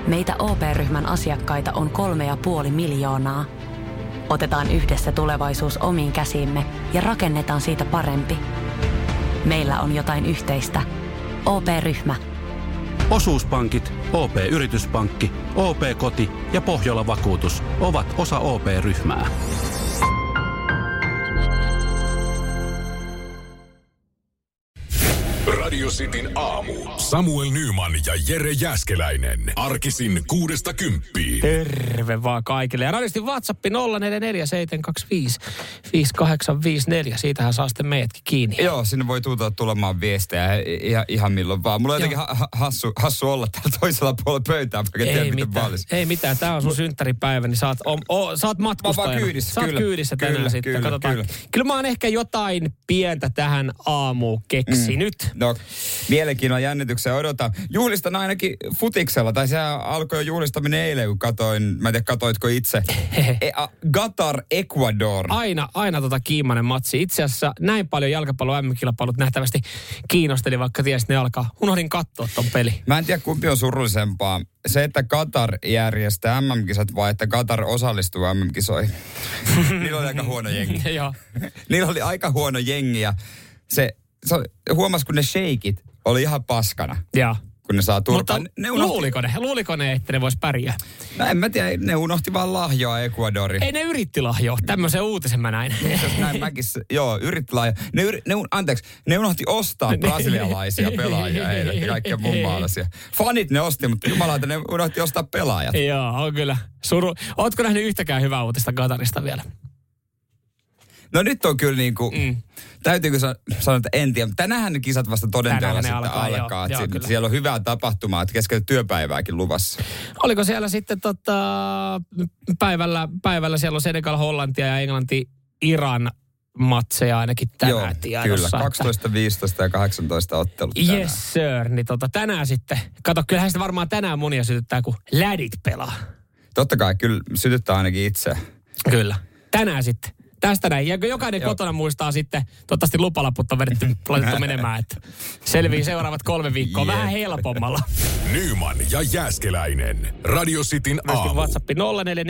Meitä OP-ryhmän asiakkaita on 3,5 miljoonaa. Otetaan yhdessä tulevaisuus omiin käsiimme ja rakennetaan siitä parempi. Meillä on jotain yhteistä. OP-ryhmä. Osuuspankit, OP-yrityspankki, OP-koti ja Pohjola-vakuutus ovat osa OP-ryhmää. Radio Cityn aamu. Samuel Nyman ja Jere Jääskeläinen. Arkisin 6–10. Terve vaan kaikille. Ja radiosti WhatsApp 0447255854. Siitähän saa sitten meidätkin kiinni. Joo, sinne voi tulemaan viestejä ihan milloin vaan. Mulla on jotenkin hassu olla täällä toisella puolella pöytää, vaikka tiedä miten vallis. Ei mitään, tää on sun synttäripäivä, niin saat matkustajana. Mä kyydissä, saat kyydissä tänään sitten. Kyllä mä oon ehkä jotain pientä tähän aamuun keksinyt. No, mielenkiinnolla jännitykseen odotan. Juhlistan ainakin futiksella, tai se alkoi jo juhlistaminen eilen, kun katoin, mä en tiedä katoitko itse. Qatar, Ecuador. Aina kiimainen matsi. Itse asiassa näin paljon jalkapallo MM-kilpailut nähtävästi kiinnosteli, vaikka tiesit ne alkaa. Unohdin katsoa ton peli. Mä en tiedä kumpi on surullisempaa. Se, että Qatar järjestää MM-kisat vai että Qatar osallistuu MM-kisoihin. Niillä oli aika huono jengi. Joo. Niillä oli aika huono jengi ja se huomasi, kun ne sheikit oli ihan paskana. Joo. Kun ne saa turpaa. Mutta luuliko ne, että ne vois pärjää? No en mä tiedä, ne unohti vaan lahjoa Ecuadoriin. Ei ne yritti lahjoa, tämmöisen uutisen mä näin. Näin mäkin, joo, yritti lahjoa. Ne unohti ostaa brasilialaisia pelaajia eilen ja kaikkia muun maalaisia. Fanit ne osti, mutta jumalauta ne unohti ostaa pelaajat. Joo, on kyllä. Ootko nähnyt yhtäkään hyvää uutista Qatarista vielä? No nyt on kyllä niin kuin, täytyykö sanoa, että en tiedä. Tänäänhän ne kisat vasta todenteella sitten alkaa. Siellä on hyvää tapahtumaa, että keskellä työpäivääkin luvassa. Oliko siellä sitten päivällä siellä on Senegal, Hollantia ja Englanti, Iran matseja ainakin tänään tiedossa. Kyllä, 12, 15 ja 18 ottelut tänään. Yes sir, niin tänään sitten, kato kyllähän sitä varmaan tänään monia sytyttää, kun lädit pelaa. Totta kai, kyllä sytyttää ainakin itse. Kyllä, tänään sitten. Tästä näin. Ja jokainen kotona muistaa sitten, toivottavasti lupalaput on laitettu menemään, että selvii seuraavat 3 viikkoa vähän helpommalla. Nyman ja Jääskeläinen. Radio Cityn aamu. WhatsApp 0447255854.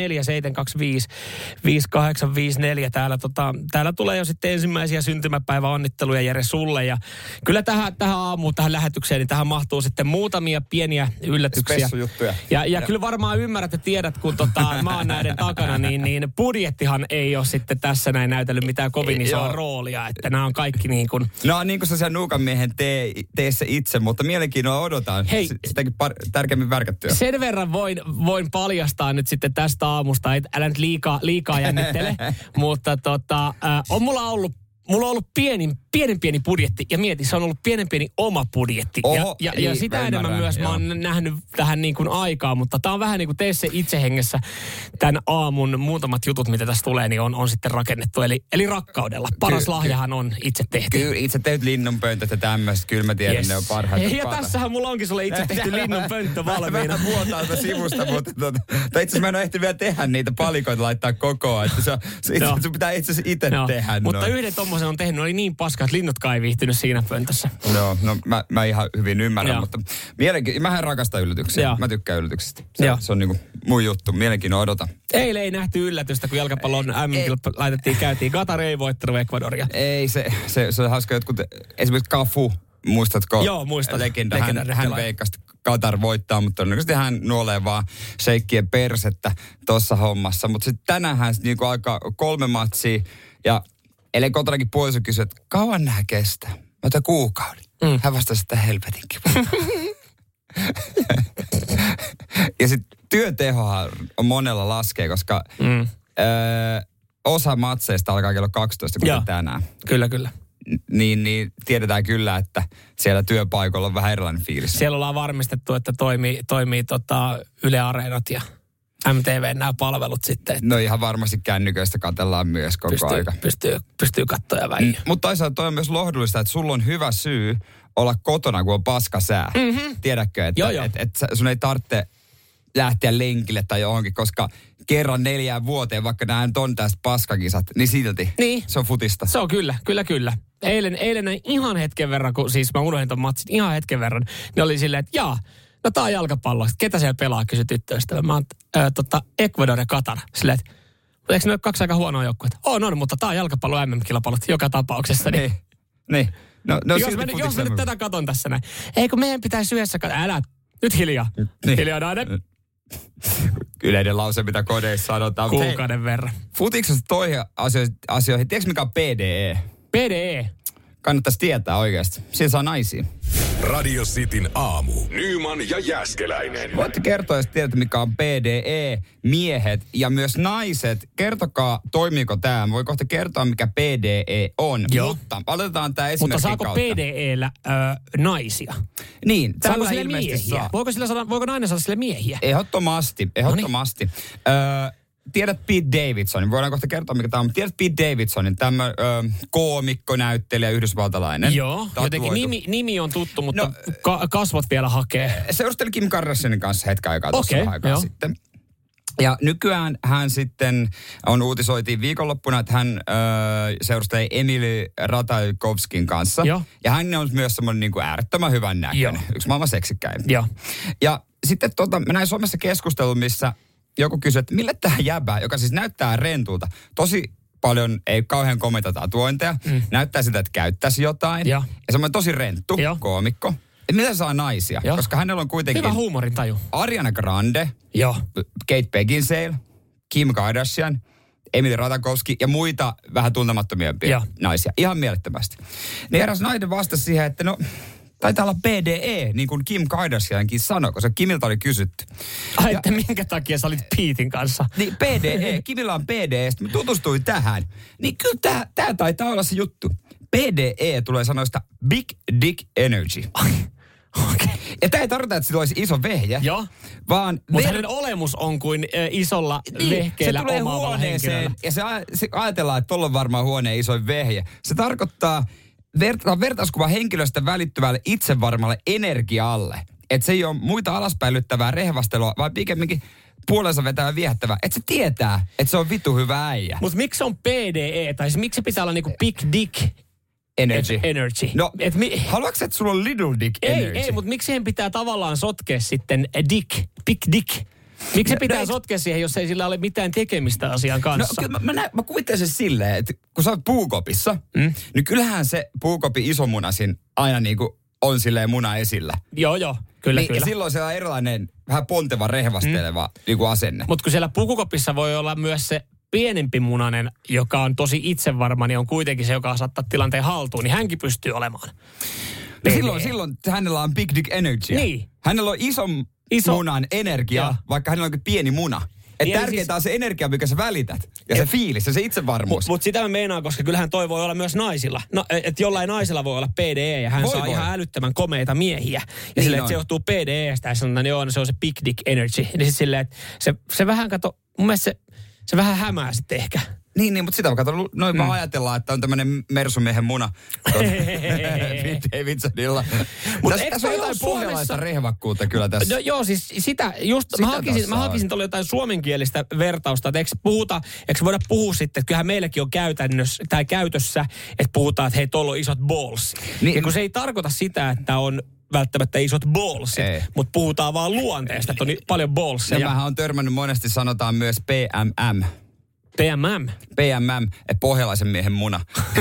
Täällä tulee jo sitten ensimmäisiä syntymäpäiväonnitteluja Jere sulle. Ja kyllä tähän aamuun, tähän lähetykseen, niin tähän mahtuu sitten muutamia pieniä yllätyksiä. Spessujuttuja. Ja kyllä varmaan ymmärrät ja tiedät, kun mä oon näiden takana, niin budjettihan ei ole sitten tässä näin näytellyt mitään kovin isoa roolia, että nämä on kaikki niin kuin... No niin kuin se nuukan miehen tee se itse, mutta mielenkiinnolla odotan sitäkin tärkeämmin värkättyä. Sen verran voin paljastaa nyt sitten tästä aamusta, että älä nyt liikaa jännittele, mutta on mulla on ollut pieni budjetti ja mieti, se on ollut pieni oma budjetti. Oho, ja sitä enemmän myös mä oon nähnyt tähän niin kuin aikaa, mutta tää on vähän niin kuin tee se itse hengessä tämän aamun muutamat jutut, mitä tässä tulee, niin on sitten rakennettu. Eli rakkaudella. Paras lahjahan on itse tehty. Kyllä, itse tehty linnunpöntöt ja tämmöistä. Kyllä mä tiedän, ne on parhaita. Ja tässähän mulla onkin sulle itse tehty linnunpönttö valmiina. Vähän vuotaa sivusta, mutta itse asiassa mä en ole ehtinyt vielä tehdä niitä palikoita laittaa kokoon. Että sun pitää itse asiassa itse tehdä. Mutta yhden tommosen on tehnyt, oli niin paska, että linnutkaan ei viihtynyt siinä pöntössä. Joo, no mä ihan hyvin ymmärrän, mutta mähän rakastan yllätyksiä. Mä tykkään yllätyksistä. Se on niinku mun juttu. Mielenkiinnolla odotan. Eilen ei nähty yllätystä, kun jalkapallon käytiin. Qatar ei voittanut Ecuadoria. Ei, se on hauska. Jotkut, esimerkiksi Cafu, muistatko? Joo, muistan. Legenda. Hän veikkasi Qatar voittaa, mutta todennäköisesti hän nuolee vaan sheikkien persettä tuossa hommassa. Mutta sitten tänäänhän niinku aika 3 matsia ja eilen kotonakin puoliso kysyi, että kauan nämä kestää? Mä otan kuukauden. Hän vastasi, että helvetinkin. Ja sitten työtehohan on monella laskee, koska osa matseista alkaa kello 12, kuten tänään. Kyllä. Niin tiedetään kyllä, että siellä työpaikalla on vähän erilainen fiilis. Siellä ollaan varmistettu, että toimii Yle Areenat ja MTV nämä palvelut sitten. No ihan varmasti kännyköistä katsellaan myös koko aika. Pystyy katsoa ja väihin. Mutta toisaalta toi on myös lohdullista, että sulla on hyvä syy olla kotona, kun on paska sää. Mm-hmm. Tiedätkö, että et sun ei tarvitse lähteä lenkille tai johonkin, koska kerran 4 vuoteen, vaikka nämä on tästä paskakisat, niin silti se on futista. Se on kyllä. Eilen ihan hetken verran, kun siis mä unohdin ton matsin ihan hetken verran, niin oli silleen, että no tää on jalkapallo. Ketä siellä pelaa, kysyi tyttöystävä. Mä oon Ecuador ja Katar. Silleen, että eikö ne ole 2 aika huonoa joukkuetta? On, mutta tää on jalkapallo MM-kilpailut joka tapauksessa. Niin. No, jos mä nyt tätä katon tässä näin. Eikö meidän pitäisi yhdessä älä, nyt hiljaa. Niin. Hiljaa nainen. Yleinen lause, mitä kodeissa sanotaan. Kuukauden verran. Futiksesta toihin asioihin. Tiedätkö mikä on PDE? PDE. Kannattaisi tietää oikeasti. Siinä saa naisia. Radio Cityn aamu. Nyman ja Jääskeläinen. Voitte kertoa, jos tiedätte, mikä on PDE, miehet ja myös naiset. Kertokaa, toimiiko tämä. Voi kohta kertoa, mikä PDE on. Joo. Mutta aloitetaan tämä esimerkin kautta. Mutta saako PDEllä naisia? Niin, saako sille miehiä? Voiko nainen saada sille miehiä? Ehdottomasti. Tiedät Pete Davidsonin, voidaan kohta kertoa mikä tämä on, tiedät Pete Davidsonin, tämä koomikko, näyttelijä, yhdysvaltalainen. Joo, jotenkin nimi on tuttu, mutta kasvot vielä hakee. Seurusteli Kim Kardashianin kanssa hetken aikaa tuossa aikaa sitten. Ja nykyään hän sitten uutisoitiin viikonloppuna, että hän seurusteli Emily Ratajkowskin kanssa. Joo. Ja hän on myös semmoinen niin kuin äärettömän hyvän näköinen, yksi maailman seksikkäin. Joo. Ja sitten mä näin Suomessa keskustelun, missä joku kysyi, että mille tähän jäbää, joka siis näyttää rentulta. Tosi paljon, ei kauhean komeita tatuointeja. Näyttää sitä, että käyttäisi jotain. Ja semmoinen tosi renttu koomikko. Että millä saa naisia? Koska hänellä on kuitenkin hyvä huumorintaju. Ariana Grande, Kate Beckinsale, Kim Kardashian, Emily Ratajkowski ja muita vähän tuntemattomia naisia. Ihan mielettömästi. Niin eräs nainen vastasi siihen, että no taitaa olla PDE, niin kuin Kim Kardashiankin sanoi, koska Kimiltä oli kysytty. Että minkä takia sä olit Petein kanssa? Niin PDE, Kimillä on PDE, sitten mä tutustuin tähän. Niin kyllä tää taitaa olla se juttu. PDE tulee sanoista Big Dick Energy. Okay. Ja tää ei tarkoita, että sillä olisi iso vehje. Joo. Vaan mutta hänen olemus on kuin isolla vehkeellä omaavalla henkilöllä. Ja se ajatellaan, että tuolla on varmaan huoneen isoin vehje. Se tarkoittaa vertauskuva henkilöstä välittyvälle itsevarmalle energialle. Että se ei ole muita alaspäilyttävää rehvastelua, vaan pikemminkin puolensa vetävä viehättävä. Että se tietää, että se on vittu hyvä äijä. Mutta miksi se on PDE? Tai siis miksi se pitää olla niinku Big Dick Energy? No, haluatko että sulla on Little Dick Energy? Ei, mutta miksi siihen pitää tavallaan sotkea sitten Big Dick? Miksi se pitää sotkea siihen, jos ei sillä ole mitään tekemistä asian kanssa? No kyllä mä kuvittelen sen silleen, että kun sä oot puukopissa, niin kyllähän se puukopi isomunasin aina niinku on silleen muna esillä. Joo, kyllä. Ja silloin se on erilainen, vähän ponteva, rehvasteleva niinku asenne. Mutta kun siellä puukopissa voi olla myös se pienempi munainen, joka on tosi itsevarma, niin on kuitenkin se, joka saattaa tilanteen haltuun, niin hänkin pystyy olemaan. Silloin hänellä on Big Dick Energy. Niin. Hänellä on iso munan energia, vaikka hänellä on pieni muna. Että tärkeintä on se energia, mikä sä välität. Ja se fiilis ja se itsevarmuus. Mutta sitä mä meinaan, koska kyllähän toi voi olla myös naisilla. No, että jollain naisella voi olla PDE ja hän saa ihan älyttömän komeita miehiä. Ja niin silleen, että se johtuu PDEstä ja sanotaan, että se on se Big Dick Energy. Niin sitten silleen, että se vähän mun mielestä se vähän hämää sitten ehkä. Niin, mutta sitä mä katson, noin vaan ajatellaan, että on tämmöinen mersumiehen muna. Davidsonilla. Tässä on jotain pohjalaista rehvakkuutta kyllä tässä. No, joo, siis sitä mä hakisin tuolla jotain suomenkielistä vertausta, että eikö voida puhua sitten, että kyllähän meilläkin on käytössä, että puhutaan, että hei, tuolla on isot balls. Niin, ja kun se ei tarkoita sitä, että on välttämättä isot ballsit, mutta puhutaan vaan luonteesta, että on paljon ballsia. Ja mähän on törmännyt monesti, sanotaan myös PMM. PMM, että pohjalaisen miehen muna.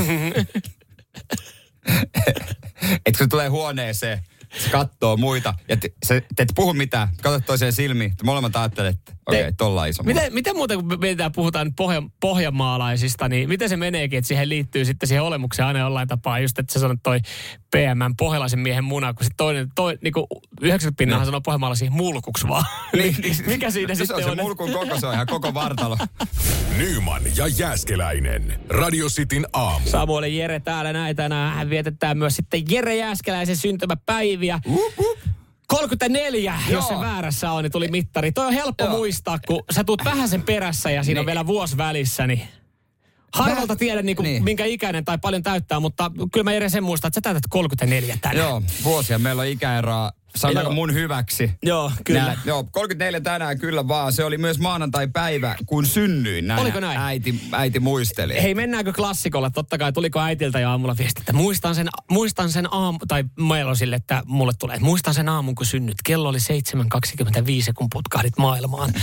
Että kun tulee huoneeseen, se katsoo muita, ja te et puhu mitään, katsot toiseen silmiin, että molemmat ajattelee, että okei, tolla on iso muna. Miten muuten, kun puhutaan pohjanmaalaisista, niin miten se meneekin, että siihen liittyy sitten siihen olemukseen aina jollain tapaa, just että sä sanot toi PMM, pohjalaisen miehen muna, kun sitten toinen niin kuin 90% sanoo pohjanmaalaisia mulkuksi vaan. Mikä siinä sitten on? Se mulkun koko, se on ihan koko vartalo. Nyman ja Jääskeläinen. Radio Cityn aamu. Samuel ja Jere täällä näin tänään. Vietetään myös sitten Jere Jääskeläisen syntymäpäiviä. 34, jos se väärässä on, niin tuli mittari. Toi on helppo muistaa, kun sä tuut vähän sen perässä ja siinä on vielä vuosi välissä, niin harvalta tiedä minkä ikäinen tai paljon täyttää, mutta kyllä mä Jere sen muistan, että sä täytät 34 tänään. Joo, vuosia. Meillä on ikäeroa Sanotaanko mun hyväksi? Joo, kyllä. Joo, 34 tänään kyllä vaan. Se oli myös maanantai-päivä, kun synnyin. Näin. Oliko näin? Äiti muisteli. Hei, mennäänkö klassikolla? Totta kai, tuliko äitiltä jo aamulla viesti, että muistan sen aamu, tai meillä on sille, että mulle tulee, että muistan sen aamun, kun synnyt. Kello oli 7.25, kun putkahdit maailmaan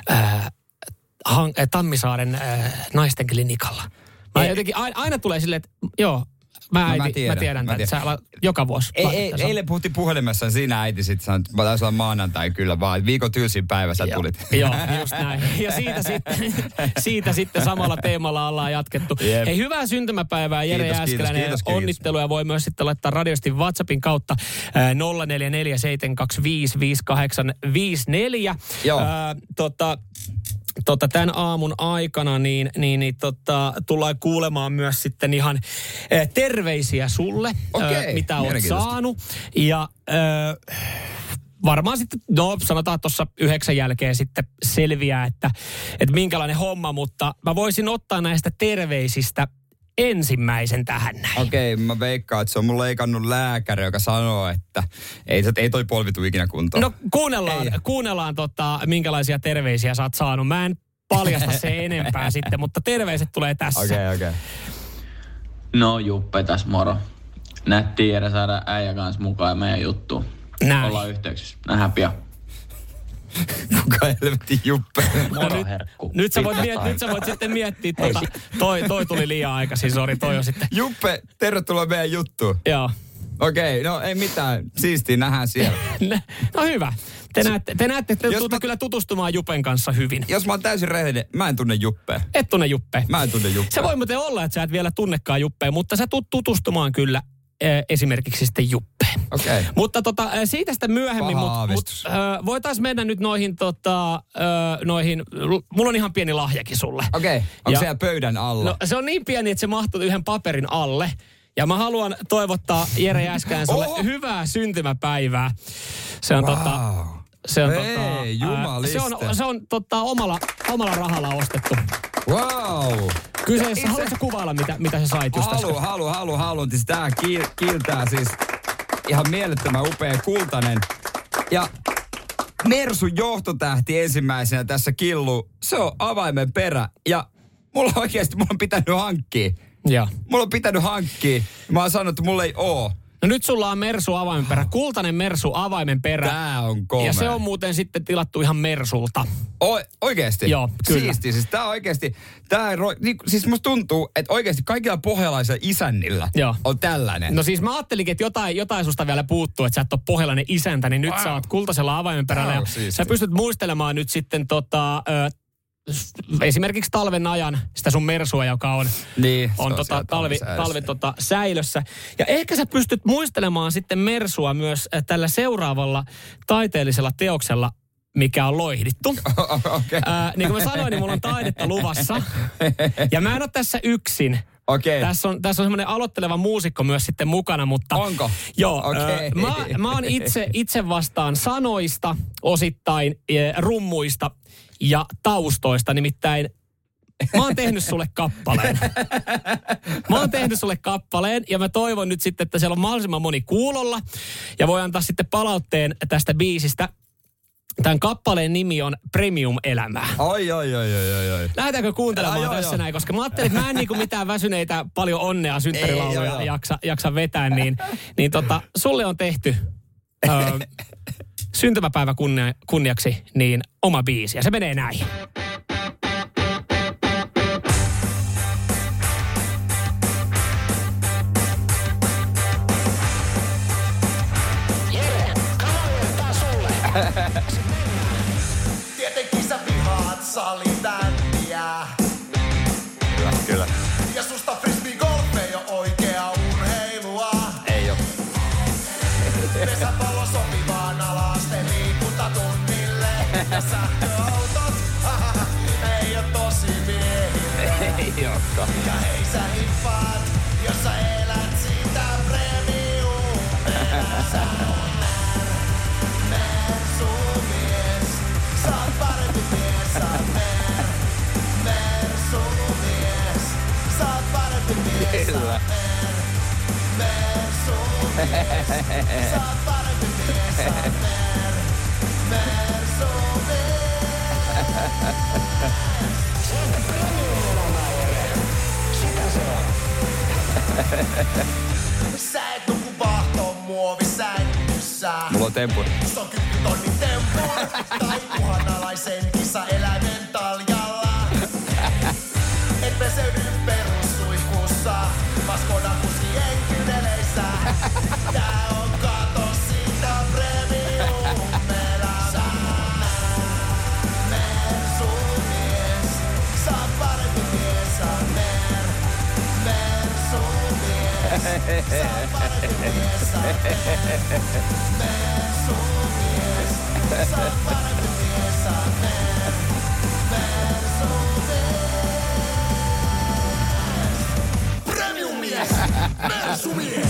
Tammisaaren naisten klinikalla. Mä jotenkin aina tulee silleen, että joo, mä tiedän että sä joka vuosi. Eilen puhuttiin puhelimessa, siinä äiti sitten sanoi, että taisi olla maanantai kyllä vaan. Viikon tylsin päivä sä tulit. Joo, just näin. Ja siitä sitten samalla teemalla ollaan jatkettu. Yep. Hei, hyvää syntymäpäivää Jere Jääskeläinen. Kiitos. Onnitteluja voi myös sitten laittaa radiosti WhatsAppin kautta 0447255854. Joo. Tämän aamun aikana tullaan kuulemaan myös sitten ihan terveisiä sulle, mitä oot saanut. Ja varmaan sitten, sanotaan tuossa 9 jälkeen sitten selviää, että minkälainen homma, mutta mä voisin ottaa näistä terveisistä ensimmäisen tähän näin. Okei, mä veikkaan, että se on mun leikannut lääkäri, joka sanoo, että ei toi polvi tuu ikinä kuntoon. No kuunnellaan minkälaisia terveisiä sä oot saanut. Mä en paljasta se enempää sitten, mutta terveiset tulee tässä. Okei. No Juppe tässä moro. Nättiä Jere saada äijä kanssa mukaan meidän juttuun. Näin. Ollaan yhteyksissä. Nähdään pian. Kuka helvetin Juppe? Moro herkku. Nyt sä voit sitten miettiä, toi tuli liian aikaisin, sori, toi on sitten. Juppe, tervetuloa meidän juttuun. Joo. Okei, no ei mitään, siistiä, nähdään siellä. No hyvä. Te näette, että tuutte kyllä tutustumaan Jupen kanssa hyvin. Jos mä oon täysin rehellinen, mä en tunne Juppea. Et tunne Juppea. Mä en tunne Juppea. Se voi muuten olla, että sä et vielä tunnekaan Juppea, mutta sä tuut tutustumaan kyllä esimerkiksi sitten Juppeen. Okei. Mutta siitä sitten myöhemmin, voitaisiin mennä nyt noihin, mulla on ihan pieni lahjakin sulle. Okei, onko siellä pöydän alla? No se on niin pieni, että se mahtuu yhden paperin alle. Ja mä haluan toivottaa Jere Jääskeläinen sulle hyvää syntymäpäivää. Se on se on omalla rahalla ostettu. Wow. Kyseessä, haluatko kuvailla, mitä sä sait just äsken? Haluan. Siis tää kiiltää siis ihan mielettömän upea kultainen. Ja Mersun johtotähti ensimmäisenä tässä killu. Se on avaimen perä. Ja mulla on pitänyt hankkia. Joo. Mulla on pitänyt hankkia. Mä oon sanonut, että mulla ei oo. No nyt sulla on Mersu avaimenperä, kultainen Mersu avaimenperä. Tää on komea. Ja se on muuten sitten tilattu ihan Mersulta. Oikeesti? Joo, kyllä. Siisti, siis tää oikeesti, siis musta tuntuu, että oikeesti kaikilla pohjalaisilla isännillä on tällainen. No siis mä ajattelinkin, että jotain susta vielä puuttuu, että sä et ole pohjalainen isäntä, niin nyt sä oot kultaisella avaimenperällä. Ja sä pystyt muistelemaan nyt sitten esimerkiksi talven ajan sitä sun Mersua, joka on säilössä. Ja ehkä sä pystyt muistelemaan sitten Mersua myös tällä seuraavalla taiteellisella teoksella, mikä on loihdittu. Okay. Niin kuin mä sanoin, niin mulla on taidetta luvassa. Ja mä en ole tässä yksin. Okay. Tässä on semmoinen aloitteleva muusikko myös sitten mukana, mutta... Onko? Joo. Okay. Mä oon itse vastaan sanoista, osittain rummuista ja taustoista, nimittäin mä oon tehnyt sulle kappaleen. Ja mä toivon nyt sitten, että siellä on mahdollisimman moni kuulolla ja voi antaa sitten palautteen tästä biisistä. Tämän kappaleen nimi on Premium-elämää. Oi. Lähdetäänkö kuuntelemaan tässä näin, koska mä ajattelin, että mä en niinku mitään väsyneitä paljon onnea synttärilauluja jaksa vetää, niin sulle on tehty syntymäpäivä kunniaksi niin oma biisi. Ja se menee näin. Tietenkin sä vihaat salibändiä. Kyllä. Ja susta frisbee golf ei oo oikea urheilua. Ei oo. Pesäpallo sopivaan alasten liikuntatunnille. Ja sähköautot, ei oo tosi miehille. Ei ookaan. Ja hei sä hippaat, jos sä elät sitä premium-elässä. Kyllä. Sä et nuku vahtoon muovisängyssä. Mulla on tempuri. Se on 10 tonnin tempur. Tai uhanalaisen kisaeläimen taljalla. Et peseydy perussuihkussa. Maskodan puskien kynneleissä. Tää on kato siitä premium-elämä. Mersumies. Sä oot parempi mies, sä oot Mersumies. Sä oot parempi mies, sä oot Mersumies. Sä oot parempi mies, sä oot Mersumies. Premium-mies. Mersumies.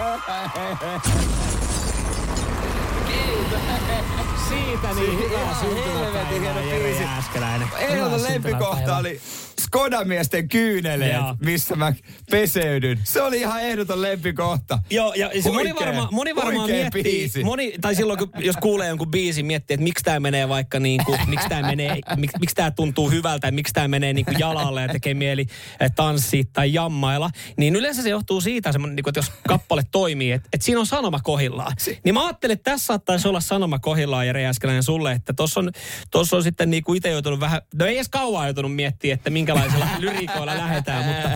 Siitä niin hyvää syntymäpäivää, Jere Jääskeläinen. Ehdotun lempikohta oli Skoda-miesten kyyneleet, missä mä peseydyn. Se oli ihan ehdoton lempikohta. Joo, ja se moni varmaan miettii, biisi. tai silloin jos kuulee jonkun biisin, miettii, että miksi tää menee vaikka niinku, miksi tää tuntuu hyvältä, miksi tää menee niinku jalalle ja tekee mieli tanssia tai jammailla, niin yleensä se johtuu siitä, niinku, että jos kappale toimii, että siinä on sanoma kohillaan. Niin mä ajattelin, että tässä saattaisi olla sanoma kohillaan, Jere Jääskeläinen, sulle, että tossa on sitten niinku itse joutunut vähän, no ei edes kauan joutunut miettiä, että minkälaisilla lyriikoilla lähdetään, mutta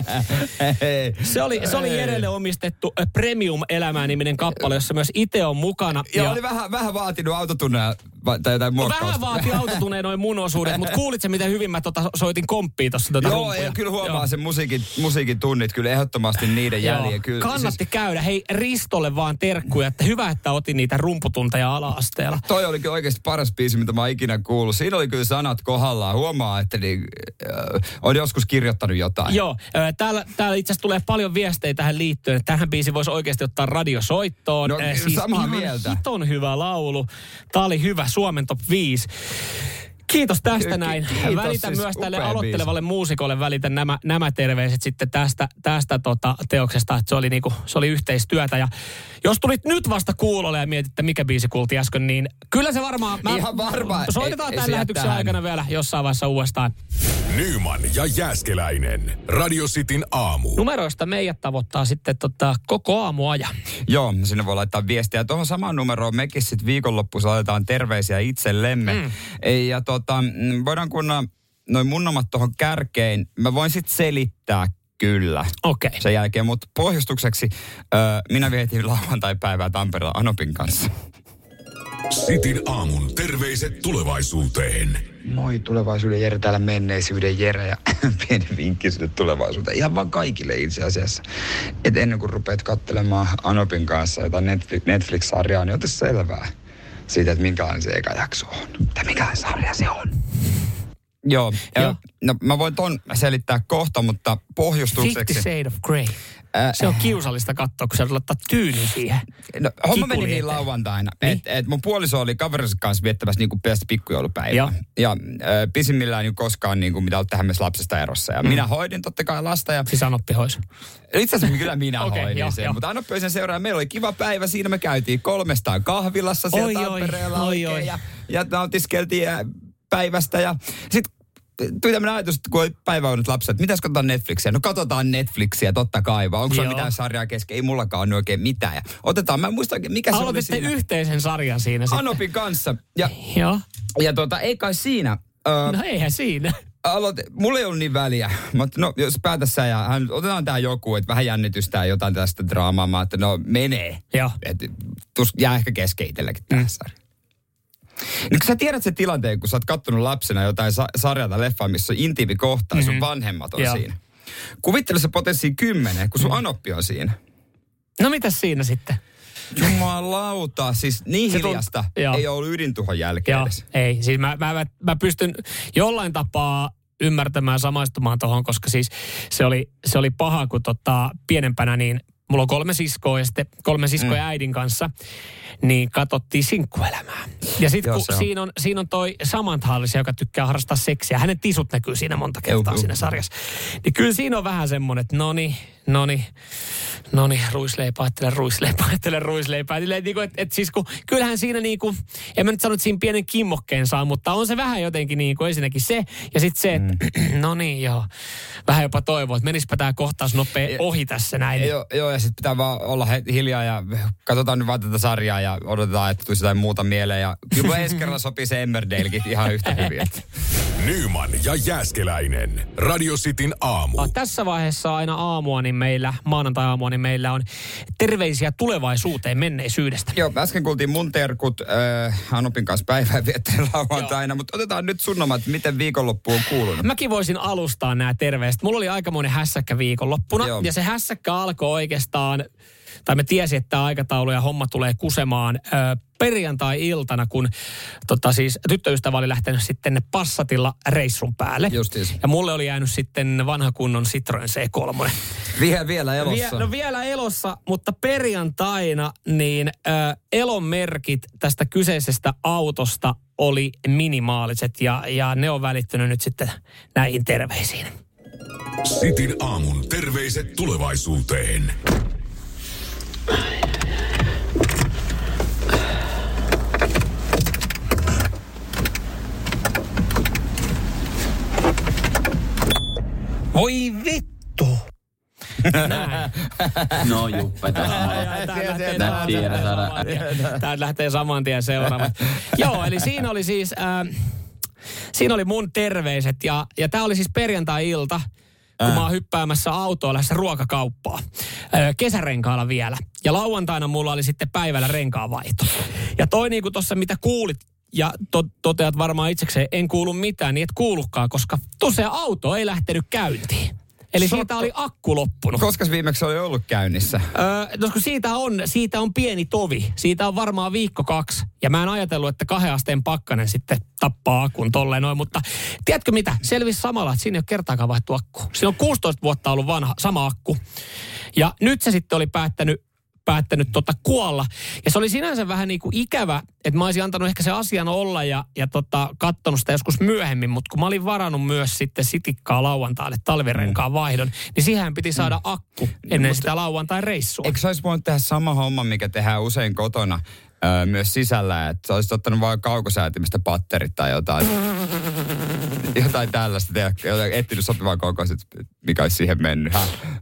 se oli Jerelle omistettu Premium-elämää -niminen kappale, jossa myös itse on mukana. Ja oli vähän vaatinut autotunnea tai jotain muokkausta. Vähän vaati autotuneen noin mun osuudet, mutta kuulitko miten hyvin mä soitin komppia tuossa Joo, rumpuja? ja kyllä huomaa sen musiikin tunnit, kyllä ehdottomasti niiden jäljiä. Kyllä, kannatti käydä. Hei, Ristolle vaan terkkuja, että hyvä, että otin niitä rumputunteja ala-asteella. Toi oli kyllä oikeasti paras biisi, mitä mä oon ikinä kuullut. Siinä oli kyllä sanat kohdallaan. Huomaa, että on joskus kirjoittanut jotain. Joo, täällä itse asiassa tulee paljon viestejä tähän liittyen, että tähän biisi voisi oikeasti ottaa radiosoittoon. No, siis samaa ihan mieltä. hiton hyvä laulu. Tää oli hyvä, Suomen top 5. Kiitos tästä näin. Kiitos, Välitän siis myös tälle upea aloittelevalle muusikolle, välitän nämä terveiset sitten tästä teoksesta, että se oli yhteistyötä. Ja jos tulit nyt vasta kuulolle ja mietit, että mikä biisi kuultiin äsken, niin kyllä se varmaan... Ihan varmaan. Soitetaan tämän lähetyksen aikana vielä jossain vaiheessa uudestaan. Nyman ja Jääskeläinen. Radio Cityn aamu. Numeroista meidät tavoittaa sitten koko aamuajan. Joo, sinne voi laittaa viestiä. Tuohon samaan numeroon mekin sitten viikonloppuun laitetaan terveisiä itsellemme. Ja voidaan kunnan noin mun omat tuohon kärkeen. Mä voin sitten selittää kyllä. Okei. Sen jälkeen, mutta pohjustukseksi minä vietin lauantai-päivää Tampereella Anopin kanssa. Cityn aamun terveiset tulevaisuuteen. Moi tulevaisuuden Jere, täällä menneisyyden Jere ja pieni vinkki sinne tulevaisuuteen. Ihan vaan kaikille itse asiassa. Et ennen kuin rupeat katselemaan Anopin kanssa jotain Netflix-sarjaa, niin ota selvää siitä, että minkälainen se eka jakso on. Tai minkälainen sarja se on. Joo. No, mä voin ton selittää kohta, mutta pohjustukseksi... 50 Shades of Grey. Se on kiusallista katsoa, kun sä laittaa tyynin siihen. No, homma meni niin lauantaina, niin? Että mun puoliso oli kaverinsa kanssa viettämässä niinku päästä pikkujoulupäivää. Ja pisimmillään niin koskaan niinku, mitä olet tähän myös lapsesta erossa. Ja minä hoidin totta kai lasta. Ja... Siis Anoppi hoisi. Itse asiassa kyllä minä hoidin jo, sen. Mutta Anoppi oli sen seuraan. Meillä oli kiva päivä. Siinä me käytiin 300 kahvilassa siellä Tampereella oikein. Ja nautiskeltiin päivästä. Ja sitten tuli tämmöinen ajatus, että kun oli päiväunet lapset, että mitäs katsotaan Netflixiä? No katsotaan Netflixiä, totta kai, vai onko se mitään sarjaa kesken? Ei mullakaan ole oikein mitään. Ja otetaan, mä en muista oikein, mikä se oli siinä. Aloititte yhteisen sarjan siinä sitten. Anopin kanssa. Ja ei kai siinä. No eihän siinä. Mulla ei ollut niin väliä. No jos päätä sä ja otetaan tää joku, että vähän jännitystä ja jotain tästä draamaa. Mä että no menee. Joo. Jää ehkä kesken itsellekin tähän sarjaan. Niin kun sä tiedät sen tilanteen, kun sä oot kattonut lapsena jotain sarjaa tai leffaa, missä on intiimi kohta ja sun vanhemmat on siinä. Kuvittele se potenssiin 10, kun sun Anoppi on siinä. No mitäs siinä sitten? Jumalauta, siis niin hiljasta ei ollut ydintuhon jälkeen edes. Ei, siis mä pystyn jollain tapaa ymmärtämään, samaistumaan tuohon, koska siis se oli paha, kun pienempänä niin mulla on 3 siskoa ja sitten 3 siskoa ja äidin kanssa, niin katsottiin sinkkuelämää. Ja sitten kun siinä on toi Samantha, joka tykkää harrastaa seksiä, hänen tisut näkyy siinä monta kertaa siinä sarjassa. Niin kyllä siinä on vähän semmoinen, että ruisleipää. Että siis kun, kyllähän siinä niinku, en mä nyt sano, että siinä pienen kimmokkeen saa, mutta on se vähän jotenkin niinku ensinnäkin se. Ja sitten se, että vähän jopa toivoa, että menispä tää kohtaus nopea ohi tässä näin. Joo, ja sitten pitää vaan olla hiljaa ja katsotaan nyt vaan tätä sarjaa ja odotetaan, että tulisi jotain muuta mieleen. Ja kyllä ensi kerralla sopii se Emmerdalekin ihan yhtä hyvin. Nyman ja Jääskeläinen. Radio Cityn aamu. Tässä vaiheessa aina aamua, niin maanantai-aamua, niin meillä on terveisiä tulevaisuuteen menneisyydestä. Joo, äsken kuultiin mun terkut Anopin kanssa päivää viettää lauantaina, mutta otetaan nyt sun omat, miten viikonloppu on kuulunut. Mäkin voisin alustaa nämä terveiset. Mulla oli aikamoinen hässäkkä viikonloppuna, ja se hässäkkä alkoi oikeastaan, tai mä tiesin, että tämä aikataulu ja homma tulee kusemaan perjantai-iltana, kun siis tyttöystävä oli lähtenyt sitten Passatilla reissun päälle. Justiis. Ja mulle oli jäänyt sitten vanha kunnon Citroen C3. Vielä elossa. Vielä elossa, mutta perjantaina niin elon merkit tästä kyseisestä autosta oli minimaaliset ja ne on välittynyt nyt sitten näihin terveisiin. Cityn aamun terveiset tulevaisuuteen. Voi vittu! Näin. No Juppe, Tää lähtee saman tien seuraamaan. Joo, eli siinä oli siis, siinä oli mun terveiset ja tää oli siis perjantai-ilta, kun mä oon hyppäämässä autoa lähdössä ruokakauppaan. Kesärenkaalla vielä. Ja lauantaina mulla oli sitten päivällä renkaanvaihto. Ja toi niinku tossa mitä kuulit, ja toteat varmaan itsekseen, en kuulu mitään, niin et kuulukaan, koska tosiaan auto ei lähtenyt käyntiin. Eli siitä oli akku loppunut. Koska viimeksi oli ollut käynnissä? Kun siitä on pieni tovi. Siitä on varmaan 1-2 viikkoa. Ja mä en ajatellut, että 2 asteen pakkanen sitten tappaa akun tolleen noin. Mutta tiedätkö mitä? Selvisi samalla, että siinä ei ole kertaakaan vaihtu akku. Siinä on 16 vuotta ollut vanha, sama akku. Ja nyt se sitten oli päättänyt kuolla. Ja se oli sinänsä vähän niin kuin ikävä, että mä olisin antanut ehkä se asian olla ja kattonut sitä joskus myöhemmin, mutta kun mä olin varannut myös sitten sitikkaa lauantaille talvirenkaan vaihdon, niin siihen piti saada akku ennen sitä lauantain reissua. Eikö sä olisi voinut tehdä sama homma, mikä tehdään usein kotona myös sisällä, että sä olisit ottanut vaan kaukosäätimistä patterit tai jotain tällaista, etsinyt sopivaa kokoiset, mikä olisi siihen mennyt.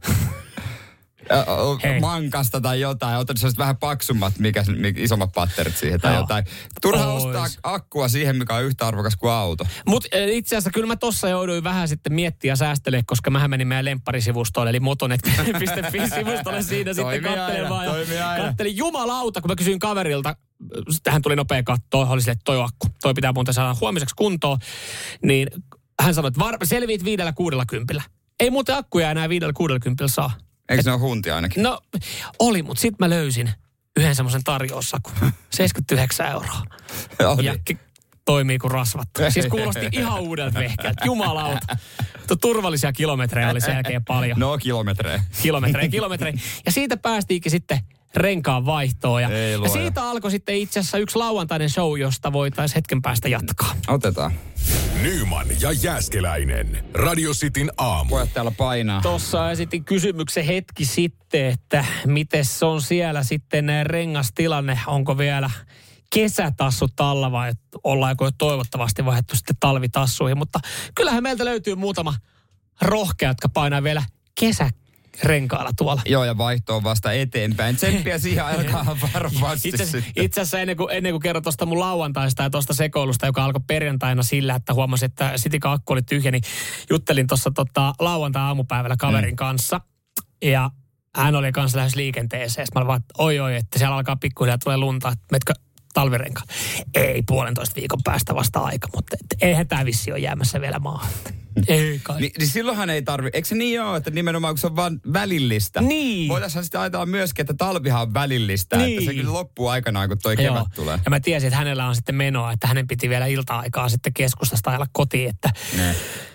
Mankasta tai jotain, ottanut sellaiset vähän paksummat, isommat patterit siihen tai jotain. Turha ostaa akkua siihen, mikä on yhtä arvokas kuin auto. Mutta itse asiassa kyllä mä tossa jouduin vähän sitten miettiä ja säästelemään, koska mähän menin meidän lempparisivustolle, eli motonet.fi-sivustolle siinä sitten kattelemaan. Kattelin jumalauta, kun mä kysyin kaverilta, tähän tuli nopea katto, oli silleen, että toi akku, toi pitää muuten saada huomiseksi kuntoon, niin hän sanoi, että selviit 5-60. Ei muuten akkuja enää 5-60 saa. Eikö se ole hunti ainakin? No, oli, mutta sitten mä löysin yhden semmoisen tarjoussakun. 79 €. Ja toimii kuin rasvattu. Siis kuulosti ihan uudelta vehkeältä. Jumalauta. Turvallisia kilometrejä oli sen jälkeen paljon. No, kilometrejä. Kilometrejä. Ja siitä päästiinkin sitten renkaan vaihtoon. Ja siitä alkoi sitten itse asiassa yksi lauantainen show, josta voitaisiin hetken päästä jatkaa. Otetaan. Nyman ja Jääskeläinen. Radio Cityn aamu. Pojat täällä painaa. Tuossa esitin kysymyksen hetki sitten, että miten se on siellä sitten rengastilanne. Onko vielä kesätassut alla vai ollaanko jo toivottavasti vaihdettu sitten talvitassuihin. Mutta kyllähän meiltä löytyy muutama rohkea, jotka painaa vielä kesärenkaalla tuolla. Joo, ja vaihto on vasta eteenpäin. Tsemppiä siihen alkaa varmasti Itse asiassa ennen kuin kerron tuosta mun lauantaista ja tuosta sekoilusta, joka alkoi perjantaina sillä, että huomasin, että Citykan akku oli tyhjä, niin juttelin tuossa lauantai-aamupäivällä kaverin kanssa. Ja hän oli kanssa lähes liikenteeseen. Mä olin vaan, että että siellä alkaa pikkuhiljaa tulee lunta, että metkö talvirenkaan? Ei, 1,5 viikon päästä vasta aika, mutta eihän tämä vissi ole jäämässä vielä maahan. Ei kai. Niin silloinhan ei tarvitse. Eikö se niin ole, että nimenomaan kun se on vaan välillistä? Niin. Voitaisiin sitten ajatella myöskin, että talvihan on välillistä. Niin. Että se kyllä loppuu aikanaan, kun toi kevät tulee. Ja mä tiesin, että hänellä on sitten menoa, että hänen piti vielä ilta-aikaa sitten keskustasta ajalla kotiin, että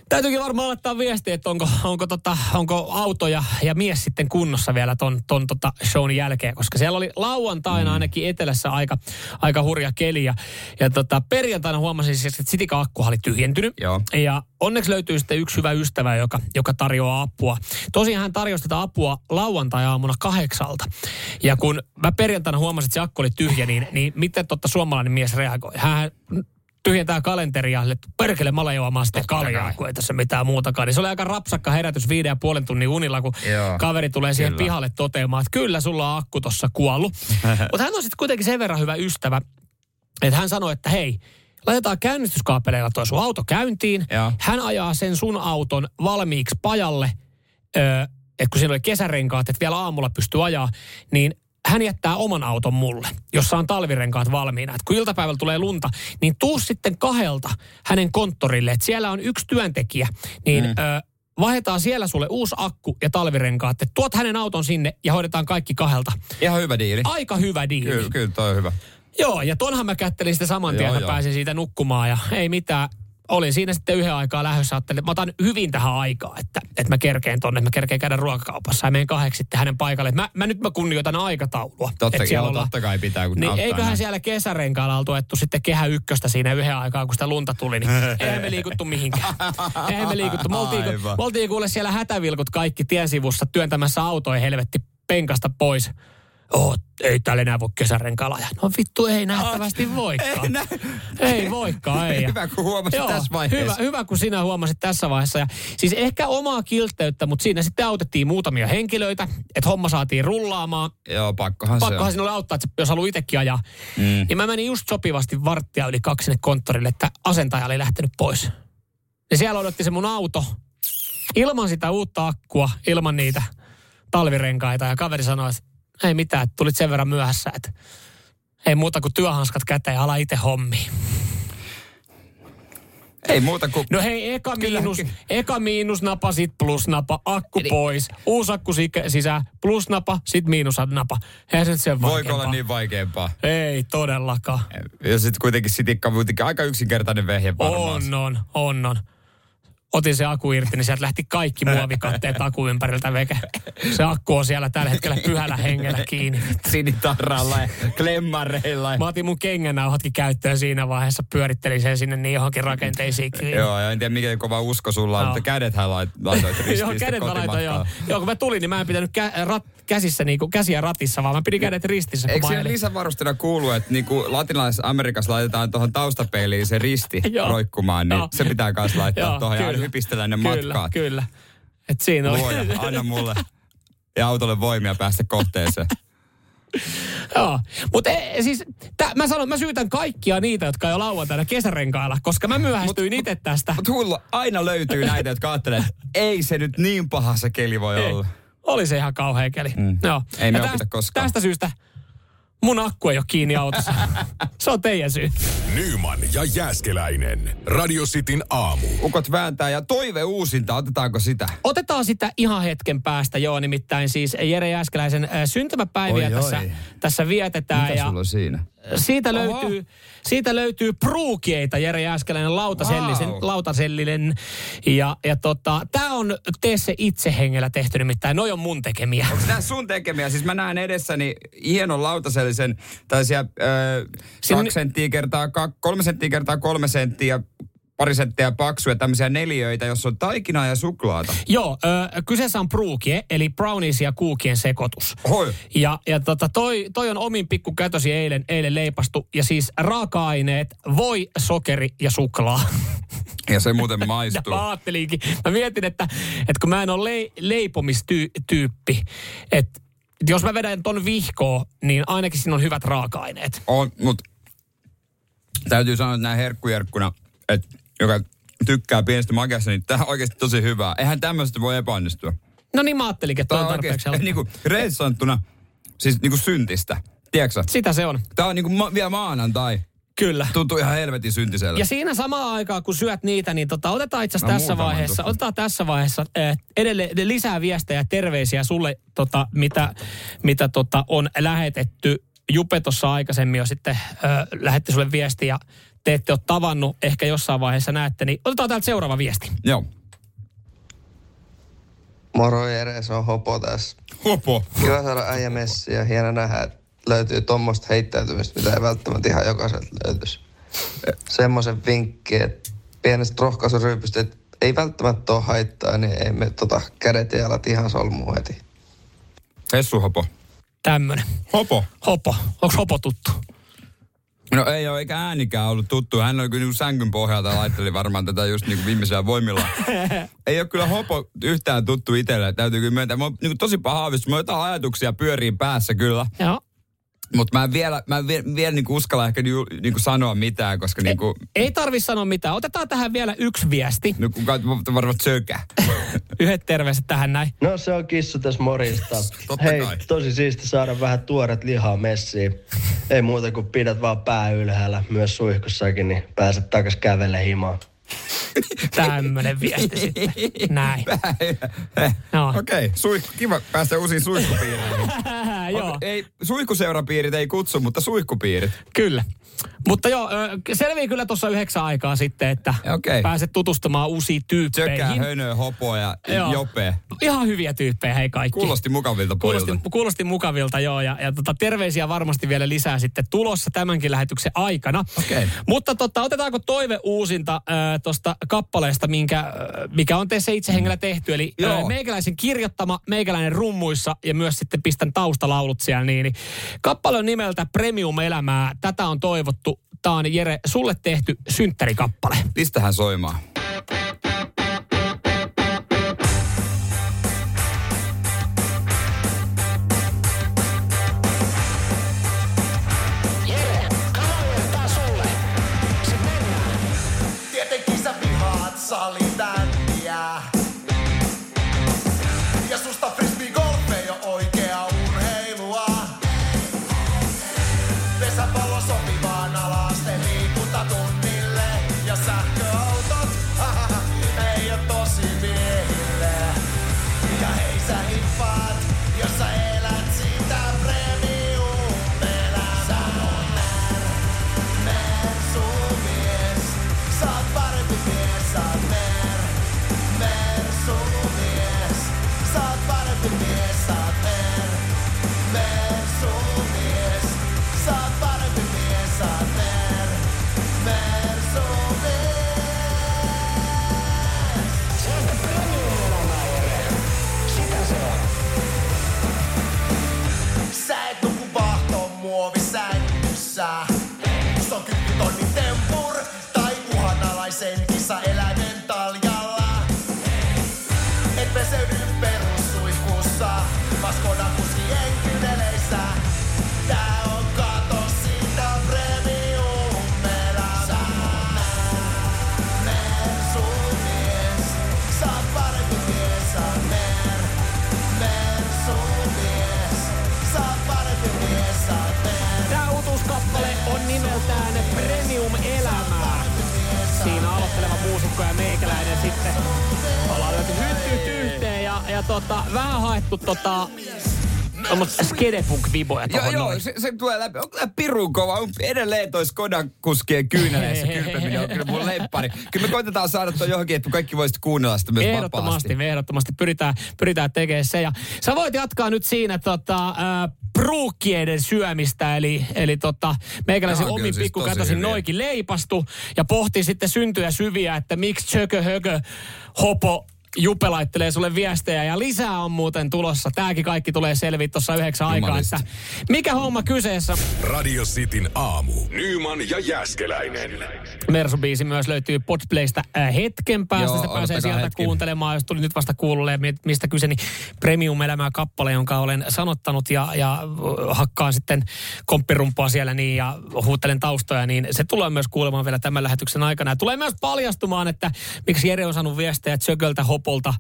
Täytyykin varmaan laittaa viestiä, että onko auto ja mies sitten kunnossa vielä ton shown jälkeen, koska siellä oli lauantaina ainakin etelässä aika hurja keli. Ja perjantaina huomasin siis, että Citikan akkuhan oli tyhjentynyt. Joo. Ja onneksi löytyy sitten yksi hyvä ystävä, joka tarjoaa apua. Tosiaan hän tarjosi tätä apua lauantai-aamuna 8. Ja kun mä perjantaina huomasin, että se akku oli tyhjä, niin miten suomalainen mies reagoi? Hän tyhjentää kalenteria, että perkele mä olen juomaan sitten kaljaa, kun ei tässä mitään muutakaan. Niin se oli aika rapsakka herätys 5,5 tunnin unilla, kun kaveri tulee siihen pihalle toteamaan, että kyllä sulla on akku tossa kuollut. Mutta hän on sitten kuitenkin sen verran hyvä ystävä, että hän sanoi, että hei, laitetaan käynnistyskaapeleilla tuo sun auto käyntiin. Ja. Hän ajaa sen sun auton valmiiksi pajalle, että kun siinä oli kesärenkaat, että vielä aamulla pystyy ajaa, niin hän jättää oman auton mulle, jossa on talvirenkaat valmiina. Et kun iltapäivällä tulee lunta, niin tuu sitten 2 hänen konttorille. Että siellä on yksi työntekijä, niin vaihdetaan siellä sulle uusi akku ja talvirenkaat. Et tuot hänen auton sinne ja hoidetaan kaikki 2. Ihan hyvä diili. Aika hyvä diili. Kyllä toi on hyvä. Joo, ja tonhan mä kättelin sitten saman tien, että pääsin siitä nukkumaan ja ei mitään. Olin siinä sitten yhden aikaa lähdössä, ajattelin, että mä otan hyvin tähän aikaa, että mä kerkeen tonne, että mä kerkeen käydä ruokakaupassa ja menen 2 sitten hänen paikalle. Mä kunnioitan aikataulua. Totta kai pitää, kun niin eiköhän siellä kesärenkaalla oltu ettu sitten Kehä 1 siinä yhden aikaa, kun sitä lunta tuli, niin eihän me liikuttu mihinkään. Eihän me liikuttu. Me oltiin kuule siellä hätävilkut kaikki tien sivussa työntämässä autoja helvetti penkasta pois. Ei täällä enää voi kesärenkaalla ajaa. No vittu, ei nähtävästi voikaan. Ei voikaan, ei. Hyvä, kun huomasit tässä vaiheessa. Hyvä, kun sinä huomasit tässä vaiheessa. Ja siis ehkä omaa kiltteyttä, mutta siinä sitten autettiin muutamia henkilöitä, että homma saatiin rullaamaan. Joo, pakkohan siinä oli auttaa, että jos haluaa itsekin ajaa. Niin mä menin just sopivasti varttia yli 2 sinne konttorille, että asentaja oli lähtenyt pois. Ja siellä odotti se mun auto ilman sitä uutta akkua, ilman niitä talvirenkaita. Ja kaveri sanoi, että ei mitään, että tulit sen verran myöhässä, että ei muuta kuin työhanskat käteen, ala itse hommiin. Ei muuta kuin... No hei, eka miinusnapa, sit plusnapa, akku pois, uusi akku sisään, plusnapa, sit miinusnapa. Eihän se sen vaikeampaa. Voiko olla niin vaikeampaa? Ei todellakaan. Ja sitten kuitenkin Citikka aika yksinkertainen vehje varmaan. On. Otin se akku irti, niin sieltä lähti kaikki muovikatteet akku ympäriltä veke. Se akku on siellä tällä hetkellä pyhällä hengellä kiinni. Sinitarralla ja klemmareilla. Mä otin mun kengännauhatkin käyttöön siinä vaiheessa, pyörittelin sen sinne niin johonkin rakenteisiin kiinni. Joo, ja en tiedä mikä kova usko sulla on, mutta kädethän laitoit ristiin. Joo, kädet mä laitoin, joo. Joo, kun mä tulin, niin mä en pitänyt käsissä niinku käsiä ratissa, vaan mä pidin kädet ristissä. Eikö siellä lisävarustena kuulu, että niinku latinalaisessa Amerikassa laitetaan tuohon taustapeiliin se risti roikkumaan, niin se pitää myös laittaa tuohon ja hypistellä ne matkaat. Kyllä. Et siinä on. Luoja, anna mulle ja autolle voimia päästä kohteeseen. Joo, mutta siis mä syytän kaikkia niitä, jotka jo lauantaina kesärenkailla, koska mä myöhästyin itse tästä. Mutta hullu, aina löytyy näitä, jotka ajattelee, että ei se nyt niin paha se keli voi olla. Oli se ihan kauhea keli. Joo. Ei me opita koskaan. Tästä syystä mun akku ei ole kiinni autossa. Se on teidän syy. Nyman ja Jääskeläinen. Radio Cityn aamu. Ukot vääntää ja toive uusinta, otetaanko sitä? Otetaan sitä ihan hetken päästä, joo, nimittäin siis Jere Jääskeläisen syntymäpäiviä tässä vietetään. Mitä sulla on siinä? Siitä löytyy pruukieita, Jere Jääskeläinen lautasellinen. Ja tää on tee se itse hengellä tehty, nimittäin noi on mun tekemiä. Onko tää sun tekemiä? Siis mä näen edessäni hienon lautasellisen, tällaisia 2 senttiä kertaa 3 senttiä kertaa 3 senttiä, pari senttiä paksuja tämmöisiä neliöitä, jossa on taikinaa ja suklaata. Joo, kyseessä on pruukie, eli brownies ja kuukien sekoitus. Hoi. Ja toi on omin pikkukätösi eilen leipastu. Ja siis raaka-aineet, voi, sokeri ja suklaa. Ja se muuten maistuu. Mä ajattelinkin. Mä mietin, että kun mä en ole leipomistyyppi, että jos mä vedän ton vihkoon, niin ainakin siinä on hyvät raaka-aineet. On, mutta täytyy sanoa, että näin herkkujerkkuna, että joka tykkää pienestä makeasta, niin tämä on oikeasti tosi hyvää. Eihän tämmöistä voi epäonnistua. No niin mä ajattelinkin, että on tarpeeksi helppoa. Niinku reissanttuna, siis niinku syntistä. Tiedätkö? Sitä se on. Tää on niinku vielä maanantai. Kyllä. Tuntuu ihan helvetin syntiselle. Ja siinä samaan aikaan, kun syöt niitä, niin otetaan itse asiassa tässä vaiheessa edelleen lisää viestejä ja terveisiä sulle, mitä on lähetetty. Jupe tuossa aikaisemmin jo sitten lähetti sulle viestiä. te ette ole tavannut, ehkä jossain vaiheessa näette, niin otetaan täältä seuraava viesti. Joo. Moro Jere, se on Hopo tässä. Hopo. Kiva saada äijä messiä. Hieno nähdä, että löytyy tommoista heittäytymistä, mitä ei välttämättä ihan jokaiselta löytyisi. Semmoisen vinkki, että pienestä rohkaisuryypystä, että ei välttämättä ole haittaa, niin ei me kädet ja jalat ihan solmuun heti. Hessu Hopo. Tämmönen. Hopo. Hopo. Onko Hopo tuttu? No ei ole, eikä äänikään ollut tuttu. Hän oli kyllä sängyn pohjalta, laitteli varmaan tätä just niin kuin viimeisellä voimilla. Ei ole kyllä Hopo yhtään tuttu itselle, täytyy kyllä myöntää. Mä oon niin tosi paha haavistus. Mä oon jotain ajatuksia pyörii päässä kyllä. Joo. Mutta mä en vielä niinku uskalla ehkä niinku sanoa mitään, koska niinku... Ei tarvi sanoa mitään. Otetaan tähän vielä yksi viesti. No kukaan varmaan sökä. Yhdet terveiset tähän näin. No se on Kissu tässä morjesta. Hei, kai. tosi siisti saada vähän tuoret lihaa messiin. Ei muuta kuin pidät vaan pää ylhäällä, myös suihkussakin, niin pääset takas kävelle himaan. Tämmönen viesti sitten. Näin. No. Okei, kiva päästä uusiin suihkupiireihin. Joo. Ei, suihkuseurapiirit ei kutsu, mutta suihkupiirit. Kyllä. Mutta joo, selvii kyllä tuossa 9 aikaa sitten, että pääset tutustumaan uusiin tyyppeihin. Sökää, Hönö, Hopo ja Jope. Ihan hyviä tyyppejä, hei kaikki. Kuulosti mukavilta pojilta. Kuulosti mukavilta, joo. Ja terveisiä varmasti vielä lisää sitten tulossa tämänkin lähetyksen aikana. Okay. Mutta otetaanko toive uusinta tuosta kappaleesta, mikä on teissä itse hengellä tehty. Eli meikäläisen kirjoittama, meikäläinen rummuissa ja myös sitten pistän taustalaulut siellä. Niin kappale on nimeltä Premium-elämää. Tätä on toivottu. Tämä on Jere, sulle tehty synttärikappale. Pistähän soimaan. Jere, kanavia tää sulle. Se mennään. Tietenkin sä vihaat salibändiä. Ja susta frisbeegolf ei oo oikea urheilua. Pesäpallo sopivaan alasten liikuntatunnille. Ja sähköautot, ei oo tosi miehille. Ja hei sä hippaat, jos sä elät sitä premium-elämää. Sä oot mersumies, sä oot parempi mies, sä oot mersumies. Sä oot parempi mies, sä oot mersumies. Sä oot parempi mies, sä oot Sä et nuku vahtoon muovisängyssä. Susta on 10 tonnin tempur tai uhanalaisen kissaeläimen taljalla. Et peseydy perussuihkussa, vaan Skodan kuskien kynneleissä. Tää on kato siitä premium-elämää. Sä oot mersumies, sä oot parempi mies, sä oot mersumies. Sä oot parempi mies, sä oot Tää uutuuskappale on nimeltään Premium-elämää. Siinä aloitteleva muusikko ja meikäläinen sitten. Ollaan löyty hyttyt yhteen ja vähän haettu skedepunk-viboja tohon Joo, noin. se tulee läpi. Onko tämä pirun kova? Edelleen toi Skodan kuskien kyyneleissä kylpeminen on kyllä mun lemppari. Kyllä me koitetaan saada toi johonkin, että kaikki voisit kuunnella sitä myös vapaasti. Ehdottomasti pyritään tekemään se. Ja sä voit jatkaa nyt siinä pruukkieiden syömistä, eli meikäläisen omin siis pikkukätösin noikin leipastu ja pohti sitten syntyjä syviä, että miksi Tjökö Hökö Hopo Jupe laittelee sulle viestejä ja lisää on muuten tulossa. Tääkin kaikki tulee selviä tuossa 9 aikaa, että mikä homma kyseessä. Radio Cityn aamu. Nyman ja Jääskeläinen. Mersu-biisi myös löytyy Podplaysta hetken päästä. Joo, sitä pääsee sieltä hetki kuuntelemaan, jos tuli nyt vasta kuululle mistä kyse, niin Premium-elämää kappale, jonka olen sanottanut ja hakkaan sitten komppirumpaa siellä niin ja huuttelen taustoja, niin se tulee myös kuulemaan vielä tämän lähetyksen aikana. Ja tulee myös paljastumaan, että miksi Jere on saanut viestejä Tsököltä, Hopolta,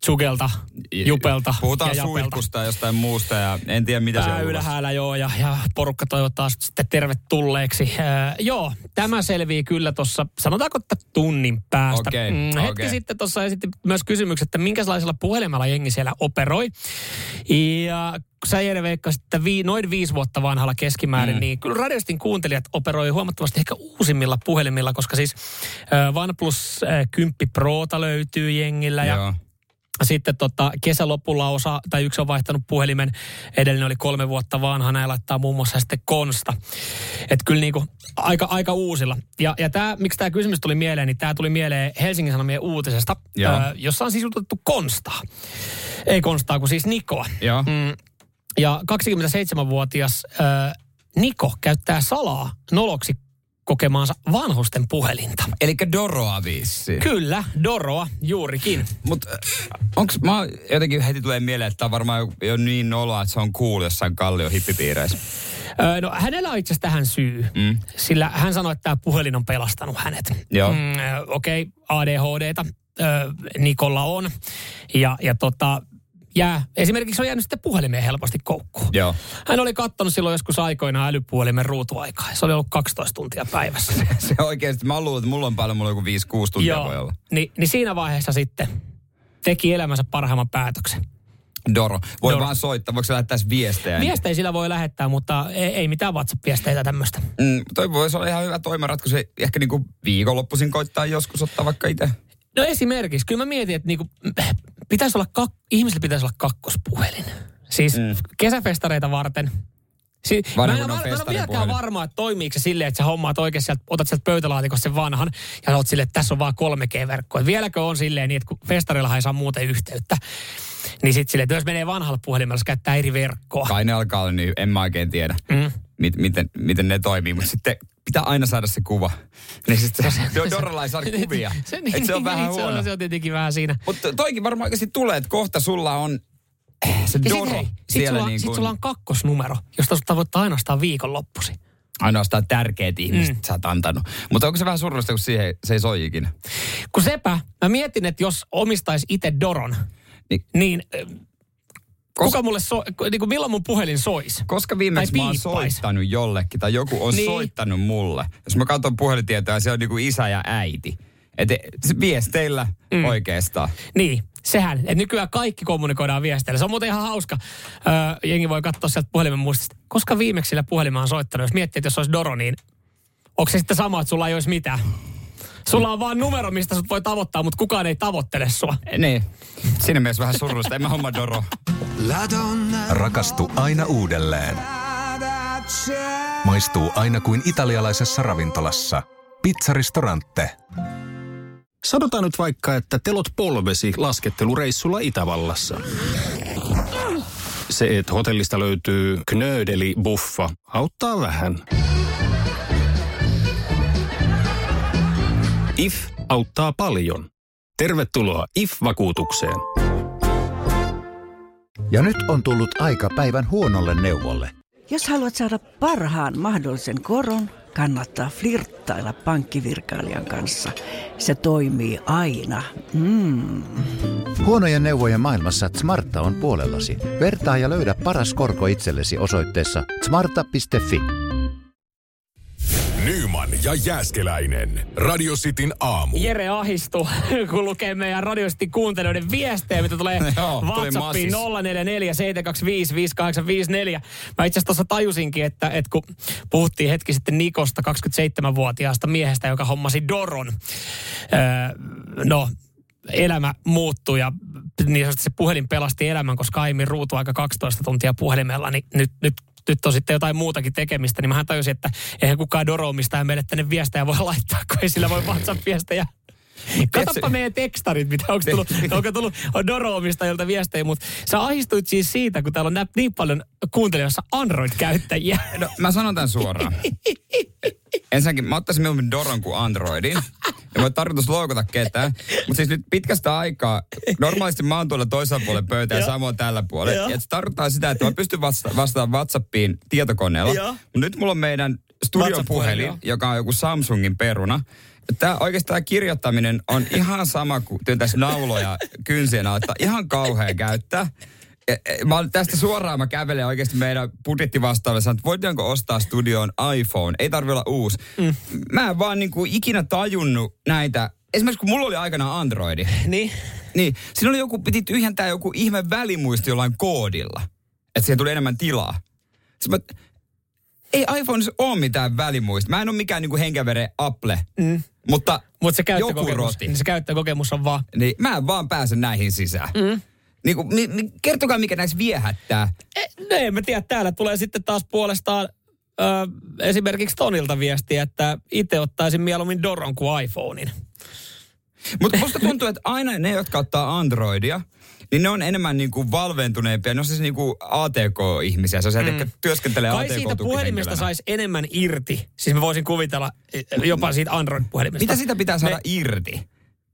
Jugelta, Jupelta puhutaan ja Japelta. suihkusta ja jostain muusta ja en tiedä mitä se on. Ylhäällä joo ja porukka toivottaa sitten tervetulleeksi. Joo, tämä selvii kyllä tuossa, sanotaanko että tunnin päästä. Hetki sitten tuossa esitti myös kysymyksen, että minkälaisella puhelimella jengi siellä operoi. Ja sä Jere veikkasit, että noin 5 vuotta vanhalla keskimäärin, niin kyllä Radiostin kuuntelijat operoi huomattavasti ehkä uusimmilla puhelimilla, koska siis OnePlus 10 Prota löytyy jengillä ja sitten kesälopulla yksi on vaihtanut puhelimen, edellinen oli 3 vuotta vanhana ja laittaa muun muassa sitten Konsta. Että kyllä niinku aika uusilla. Ja miksi tämä kysymys tuli mieleen, niin tämä tuli mieleen Helsingin Sanomien uutisesta, jossa on siis jutettu Konstaa. Ei Konstaa, kun siis Nikoa. Ja 27-vuotias Niko käyttää salaa noloksi kokemaansa vanhusten puhelinta. Elikkä Doroa vissiin. Kyllä, Doroa, juurikin. Mutta jotenkin heti tulee mieleen, että tämä on varmaan jo niin noloa, että se on cool jossain Kallion hippipiireissä. No hänellä on itse asiassa tähän syy, sillä hän sanoi, että tämä puhelin on pelastanut hänet. Okei, ADHDta Nikolla on esimerkiksi on jäänyt sitten puhelimeen helposti koukkuun. Joo. Hän oli katsonut silloin joskus aikoinaan älypuhelimen ruutuaikaa. Se oli ollut 12 tuntia päivässä. Se oikeasti, mä luulen, että mulla on paljon, mulla on joku 5-6 tuntia voi olla. Niin siinä vaiheessa sitten teki elämänsä parhaimman päätöksen. Doro. Voi vaan soittaa, voiko se lähettää viestejä? Viestejä sillä voi lähettää, mutta ei mitään WhatsApp-viesteitä tämmöistä. Toi voisi olla ihan hyvä toimaratkaisu. Ehkä niinku viikonloppuisin koittaa joskus ottaa vaikka itse. No esimerkiksi, kyllä mä mietin, että niinku, ihmisillä pitäisi olla kakkospuhelin. Siis kesäfestareita varten. Mä en ole vieläkään varma, että toimiiko se silleen, että sä hommaat oikein otat sieltä pöytälaatikosta sen vanhan ja oot silleen, että tässä on vaan 3G-verkko. Vieläkö on silleen niin, että kun festareilla ei saa muuten yhteyttä, niin sitten silleen, että jos menee vanhalla puhelimella, se käyttää eri verkkoa. Kai ne alkaa olla, niin en mä oikein tiedä, miten ne toimii, mutta sitten pitää aina saada se kuva. Niin sitten Dorolla ei saada kuvia. Se on vähän huono. Se on tietenkin vähän siinä. Mutta toikin varmaan oikeasti tulee, että kohta sulla on se Doro siellä niin kuin. Sitten sulla on kakkosnumero, josta sut tavoittaa ainoastaan viikonloppusi. Ainoastaan tärkeät ihmiset sä oot antanut. Mutta onko se vähän surullista, kun se ei soi ikinä? Kun sepä, mä mietin, että jos omistaisi itse Doron, niin kuka mulle niin milloin mun puhelin soisi? Koska viimeksi mä oon soittanut jollekin tai joku on soittanut mulle. Jos mä katson puhelintietoja, se on niin kuin isä ja äiti. Että viesteillä oikeastaan. Niin, sehän. Että nykyään kaikki kommunikoidaan viesteillä. Se on muuten ihan hauska. Jengi voi katsoa sieltä puhelimen muistista. Koska viimeksi sillä puhelimella on soittanut, jos miettii, että jos olisi Doro, niin onko se sitten sama, että sulla ei olisi mitään? Sulla on vaan numero, mistä sut voi tavoittaa, mutta kukaan ei tavoittele sua. Niin. Siinä mielessä vähän surullista. En mä homma Doro. Rakastu aina uudelleen. Maistuu aina kuin italialaisessa ravintolassa. Pizzaristorante. Sanotaan nyt vaikka, että telot polvesi laskettelureissulla Itävallassa. Se, että hotellista löytyy knöydeli-buffa, auttaa vähän. IF auttaa paljon. Tervetuloa IF-vakuutukseen. Ja nyt on tullut aika päivän huonolle neuvolle. Jos haluat saada parhaan mahdollisen koron, kannattaa flirttailla pankkivirkailijan kanssa. Se toimii aina. Huonojen neuvojen maailmassa Smarta on puolellasi. Vertaa ja löydä paras korko itsellesi osoitteessa smarta.fi. Nyman ja Jääskeläinen. Radio Cityn aamu. Jere ahistuu, kun lukee meidän Radio Cityn kuuntelijoiden viestejä, mitä tulee WhatsAppiin 044 Mä itse asiassa tuossa tajusinkin, että kun puhuttiin hetki sitten Nikosta, 27-vuotiaasta miehestä, joka hommasi Doron. Elämä muuttui ja niin se puhelin pelasti elämän, koska aiemmin ruutuaika 12 tuntia puhelimella, niin nyt on sitten jotain muutakin tekemistä, niin mähän tajusin, että eihän kukaan Doro-omistaja meille tänne viestejä voi laittaa, kun ei sillä voi WhatsApp-viestejä. Katsoppa meidän tekstarit, mitä onko tullut Doro-omistajilta viestejä, mutta sä ahistuit siis siitä, kun täällä on niin paljon kuuntelijoissa Android-käyttäjiä. No, mä sanon tämän suoraan. Ensinnäkin mä ottaisin mieluummin Doron kuin Androidin. Ja mä tarkoitus loukata ketään. Mutta siis nyt pitkästä aikaa, normaalisti mä oon tuolla toisella puolella pöytää ja samoin tällä puolella. Ja se tarkoittaa sitä, että mä pystyn vastaamaan WhatsAppiin tietokoneella. Mutta nyt mulla on meidän studiopuhelin, joka on joku Samsungin peruna. Oikeastaan tämä kirjoittaminen on ihan sama kuin työntäisi nauloja kynsien alta. Ihan kauhea käyttää. Mä kävelen oikeasti meidän budjettivastaavalle sanon, että voidaanko ostaa studioon iPhone. Ei tarvitse olla uusi. Mä en vaan niinku ikinä tajunnut näitä. Esimerkiksi kun mulla oli aikanaan Androidi. Niin, siinä oli piti tyhjentää joku ihme välimuisti jollain koodilla. Että siihen tuli enemmän tilaa. Ei iPhoneissa ole mitään välimuista. Mä en ole mikään niinku henkäveren Apple. Mutta se käyttökokemus on vaan. Niin, mä en vaan pääse näihin sisään. Kertokaa, mikä näissä viehättää. En mä tiedä. Täällä tulee sitten taas puolestaan esimerkiksi Tonilta viestiä, että itse ottaisin mieluummin Doron kuin iPhonein. Mutta musta tuntuu, että aina ne, jotka ottaa Androidia, niin ne on enemmän niinku valventuneempia. Ne on siis niinku ATK-ihmisiä. Se on se, että työskentelee ATK-tukihenkilönä. Kai siitä puhelimesta saisi enemmän irti. Siis mä voisin kuvitella jopa siitä Android-puhelimesta. Mitä sitä pitää saada irti?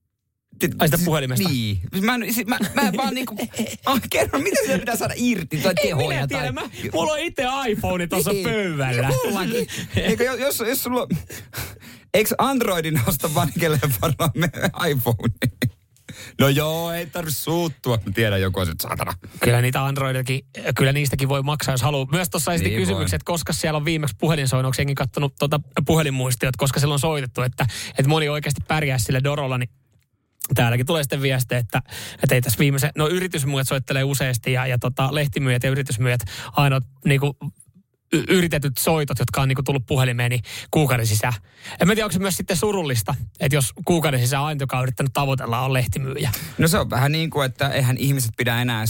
Ai sitä puhelimesta? Niin. Mä en vaan niinku... kerro, mitä sitä pitää saada irti? Tai tehoja minä tiedä. Mulla on itse iPhone tuossa pöydällä. Mullakin. Eikö jos sulla... Eikö Androidin osta vaan kelleen varmaan iPhone? No joo, ei tarvitse suuttua. Mä tiedän, joku on sit saatana. Kyllä niitä Androidiakin, kyllä niistäkin voi maksaa, jos haluaa. Myös tuossa esitin kysymykset, että koska siellä on viimeksi puhelinsoinnuksi, enkin kattonut puhelinmuistiot, koska siellä on soitettu, että moni oikeasti pärjää sille Dorolla, niin täälläkin tulee sitten viestejä, että ei tässä viimeisen, no yritysmyyjät soittelee useasti ja lehtimyyjät ja yritysmyyjät ainoat niinku yritetyt soitot, jotka on niinku tullut puhelimeen, niin kuukauden sisään. En mä tiedä, onko se myös sitten surullista, että jos kuukauden sisään aina, joka on yrittänyt tavoitella, on lehtimyyjä. No se on vähän niin kuin, että eihän ihmiset pidä enää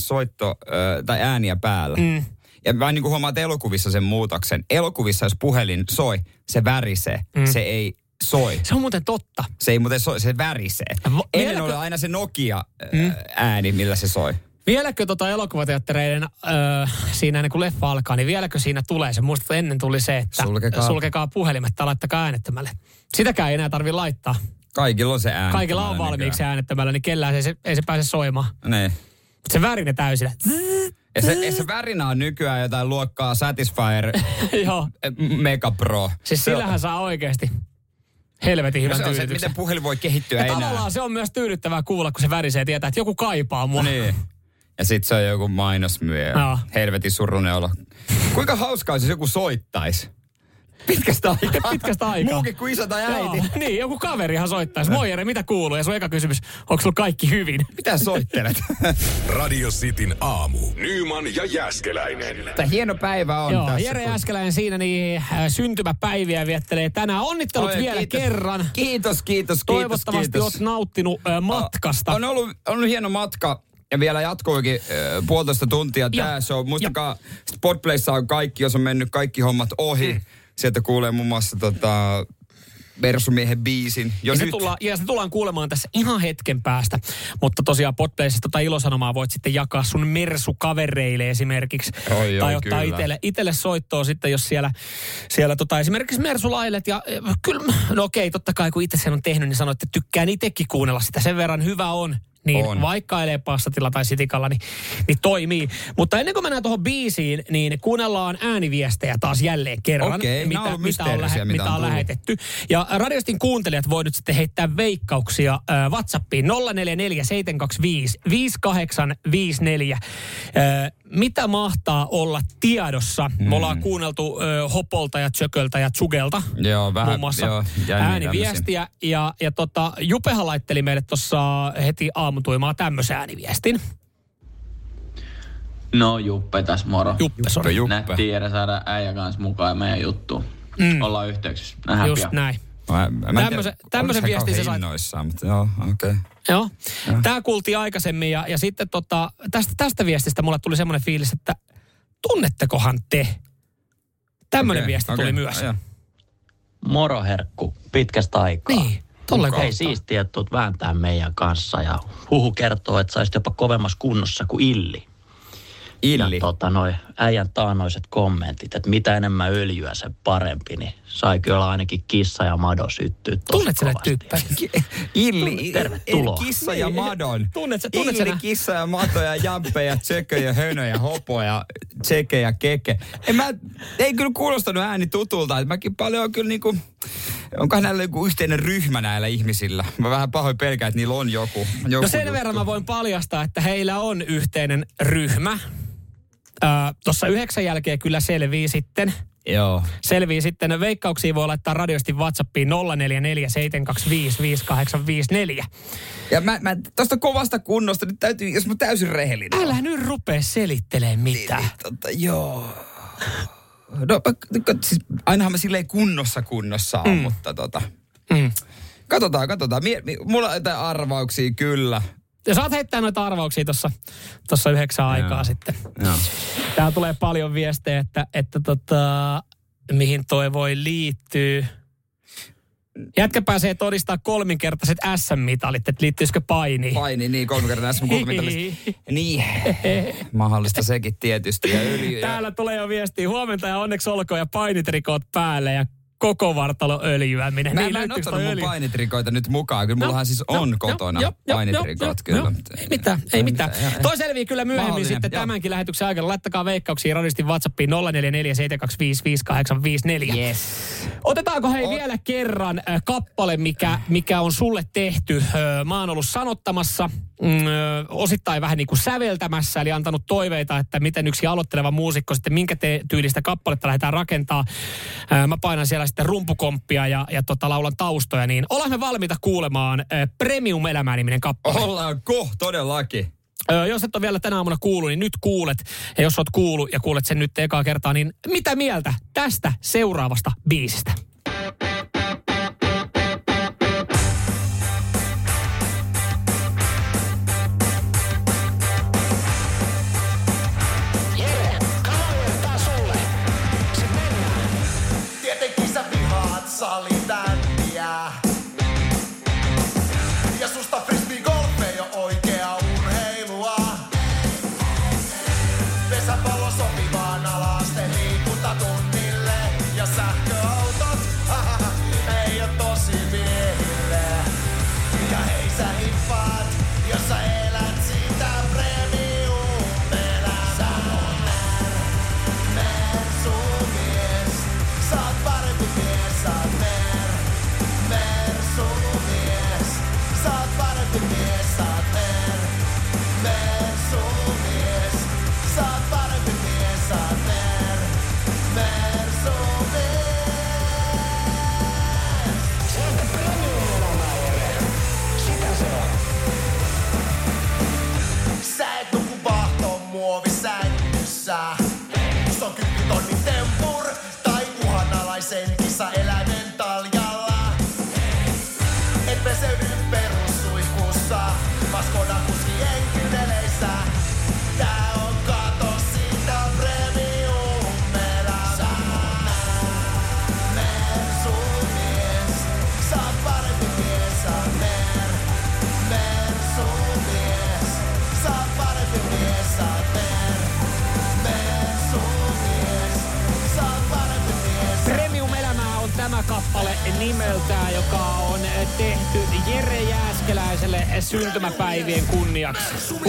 tai ääniä päällä. Ja mä niin kuin huomaat elokuvissa sen muutoksen. Elokuvissa, jos puhelin soi, se värisee. Se ei soi. Se on muuten totta. Se ei muuten soi, se värisee. Ennen oli aina se Nokia-ääni, millä se soi. Vieläkö elokuvateattereiden siinä kun leffa alkaa, niin vieläkö siinä tulee se? Muistat, ennen tuli se, että sulkekaa puhelimet tai laittakaa äänettömälle. Sitäkään ei enää tarvitse laittaa. Kaikilla on se ääni. Kaikilla on valmiiksi äänettömällä, niin kellään ei se pääse soimaan. Ne. Se värinä täysillä. Ja se värinä on nykyään jotain luokkaa Satisfyer Mega Pro. Siis sillähän saa oikeasti helvetin hyvän tyydytyksen. Se, miten puhelin voi kehittyä enää. Tavallaan se on myös tyydyttävää kuulla, kun se värisee tietää, että joku kaipaa mua. Niin. Ja sit se on joku mainosmyö. Helvetin surunen olo. Kuinka hauskaa, jos joku soittaisi? Pitkästä aikaa. Muukin kuin isä tai äiti. Niin, joku kaverihan soittaisi. Moi Jere, mitä kuuluu? Ja sun eka kysymys, onko sulla kaikki hyvin? Mitä soittelet? Radio Cityn aamu. Nyman ja Jääskeläinen. Tämä hieno päivä on tässä. Jere Jääskeläinen siinä niin syntymäpäiviä viettelee tänään. Onnittelut vielä kerran. Kiitos. Toivottavasti olet nauttinut matkasta. On ollut hieno matka. Ja vielä jatkuikin 1,5 tuntia tämä show. Muistakaa, Spotplayssa on kaikki, jos on mennyt kaikki hommat ohi. Sieltä kuulee muun muassa Mersumiehen biisin. Se tullaan kuulemaan tässä ihan hetken päästä. Mutta tosiaan Podplayssa ilosanomaa voit sitten jakaa sun Mersu-kavereille esimerkiksi. Tai ottaa itselle soittoa sitten, jos siellä esimerkiksi Mersulailet. Ja kyllä, no okei, totta kai kun itse sen on tehnyt, niin sanoit, että tykkään itsekin kuunnella sitä. Sen verran hyvä on. Niin vaikka ailee Passatilla tai Sitikalla, niin toimii. Mutta ennen kuin mennään tuohon biisiin, niin kuunnellaan ääniviestejä taas jälleen kerran, mitä on lähetetty. Ja Radiostin kuuntelijat voi nyt sitten heittää veikkauksia WhatsAppiin 0447255854. Mitä mahtaa olla tiedossa? Me ollaan kuunneltu Hopolta ja Tsököltä ja Tsugelta muun muassa ääniviestiä. Ja Jupehan laitteli meille tuossa heti aamutuimaa tämmöisen ääniviestin. No Juppe tässä moro. Juppe. Nähtiin Jere saada äijä kanssa mukaan meidän juttuun. Ollaan yhteyksissä. Nähdään just pian. Näin. Tämmöisen viestin se sai. Mutta joo, okei. Joo. Tämä kuultiin aikaisemmin ja sitten tästä viestistä mulle tuli semmoinen fiilis, että tunnettekohan te? Tämmöinen viesti tuli myös. Moro herkku, pitkästä aikaa. Niin, hei, siistiä, että tulet vääntää meidän kanssa ja huhu kertoo, että saisit jopa kovemmassa kunnossa kuin Illi. Ja noi äijän taanoiset kommentit, että mitä enemmän öljyä sen parempi, niin sai kyllä ainakin kissa ja mado syttyä tosi kovasti. Tunnet tyyppiä? Illi, tervetuloa. Kissa ja madon. Tunnet Illi, kissa ja mato ja jampe ja tsekö ja hönö ja hopo ja tseke ja keke. Ei kyllä kuulostanut ääni tutulta. Mäkin paljon kyllä niinku onkohan näillä joku yhteinen ryhmä näillä ihmisillä? Mä vähän pahoin pelkään, että niillä on joku no sen juttu. Verran mä voin paljastaa, että heillä on yhteinen ryhmä. Tuossa 9 jälkeen kyllä selvii sitten. Joo. Selvii sitten. Veikkauksia voi laittaa radiosti WhatsAppiin 0447255854. Ja mä tosta kovasta kunnosta nyt täytyy, jos mä täysin rehellinen. Älä nyt rupea selittelemään mitään. Joo. No, siis ainahan mä silleen kunnossa on, mutta Katsotaan. Mulla on jotain arvauksia kyllä. Ja saat heittää noita arvauksia tuossa 9 aikaa sitten. Joo. Täällä tulee paljon viestejä, että mihin toi voi liittyä. Jätkä pääsee todistaa 3-kertaiset SM-mitalit, että liittyisikö painiin? Painiin, niin 3-kertainen SM-kultamitalit. Niin, mahdollista sekin tietysti. Ja öljy. Täällä tulee jo viestiä, huomenta ja onneksi olkoon ja painitrikoot päälle ja koko vartalo öljyäminen. Mä en ottanut mun painitrikoita nyt mukaan. Kyllä mullahan siis on kotona painitrikot kyllä. Ei mitään. Toi selvii kyllä myöhemmin sitten tämänkin lähetyksen aikana. Laittakaa veikkauksia radistin WhatsAppiin 0447255854. Yes. Otetaanko vielä kerran kappale, mikä on sulle tehty? Mä oon ollut sanottamassa, osittain vähän niin kuin säveltämässä, eli antanut toiveita, että miten yksi aloitteleva muusikko sitten, minkä tyylistä kappaletta lähdetään rakentaa. Mä painan siellä sitten rumpukomppia ja laulan taustoja, niin ollaan me valmiita kuulemaan Premium-elämää-niminen kappale. Ollaanko? Todellakin. Jos et ole vielä tänä aamuna kuullut, niin nyt kuulet. Ja jos oot kuullut ja kuulet sen nyt ekaa kertaa, niin mitä mieltä tästä seuraavasta biisistä? Salibändiä. Ja susta frisbeegolf ei oo oikea urheilua. Pesäpallo sopivaan alasten liikuntatunnille. Ja sähköautot ei oo tosi miehille. Ja hei sä hippaat, jos sä elät sitä premium-elämää. Mersumies, sä oot parempi mies, sä oot Mersumies, sä oot parempi mies, sä oot Mersumies, sä oot parempi mies, sä oot Mersumies. Se on premium-elämää, Jere. Sitä se on. Sä et nuku vahton muovisängyssä. Sus on 10 tonnin tempur tai uhanalaisen kissaeläimen taljalla. Et peseydy perussuihkussa, Maskodan kuskien kynneleissä. Tää on kato siitä premium-elämää. Mersumies, sä oot parempi mies, sä oot Mersumies, sä oot parempi mies, sä oot Mersumies, sä oot parempi mies. Premium-elämää on tämä kappale nimeltään, joka on tehty Jere Jääskeläiselle syntymäpäivien kunniaksi.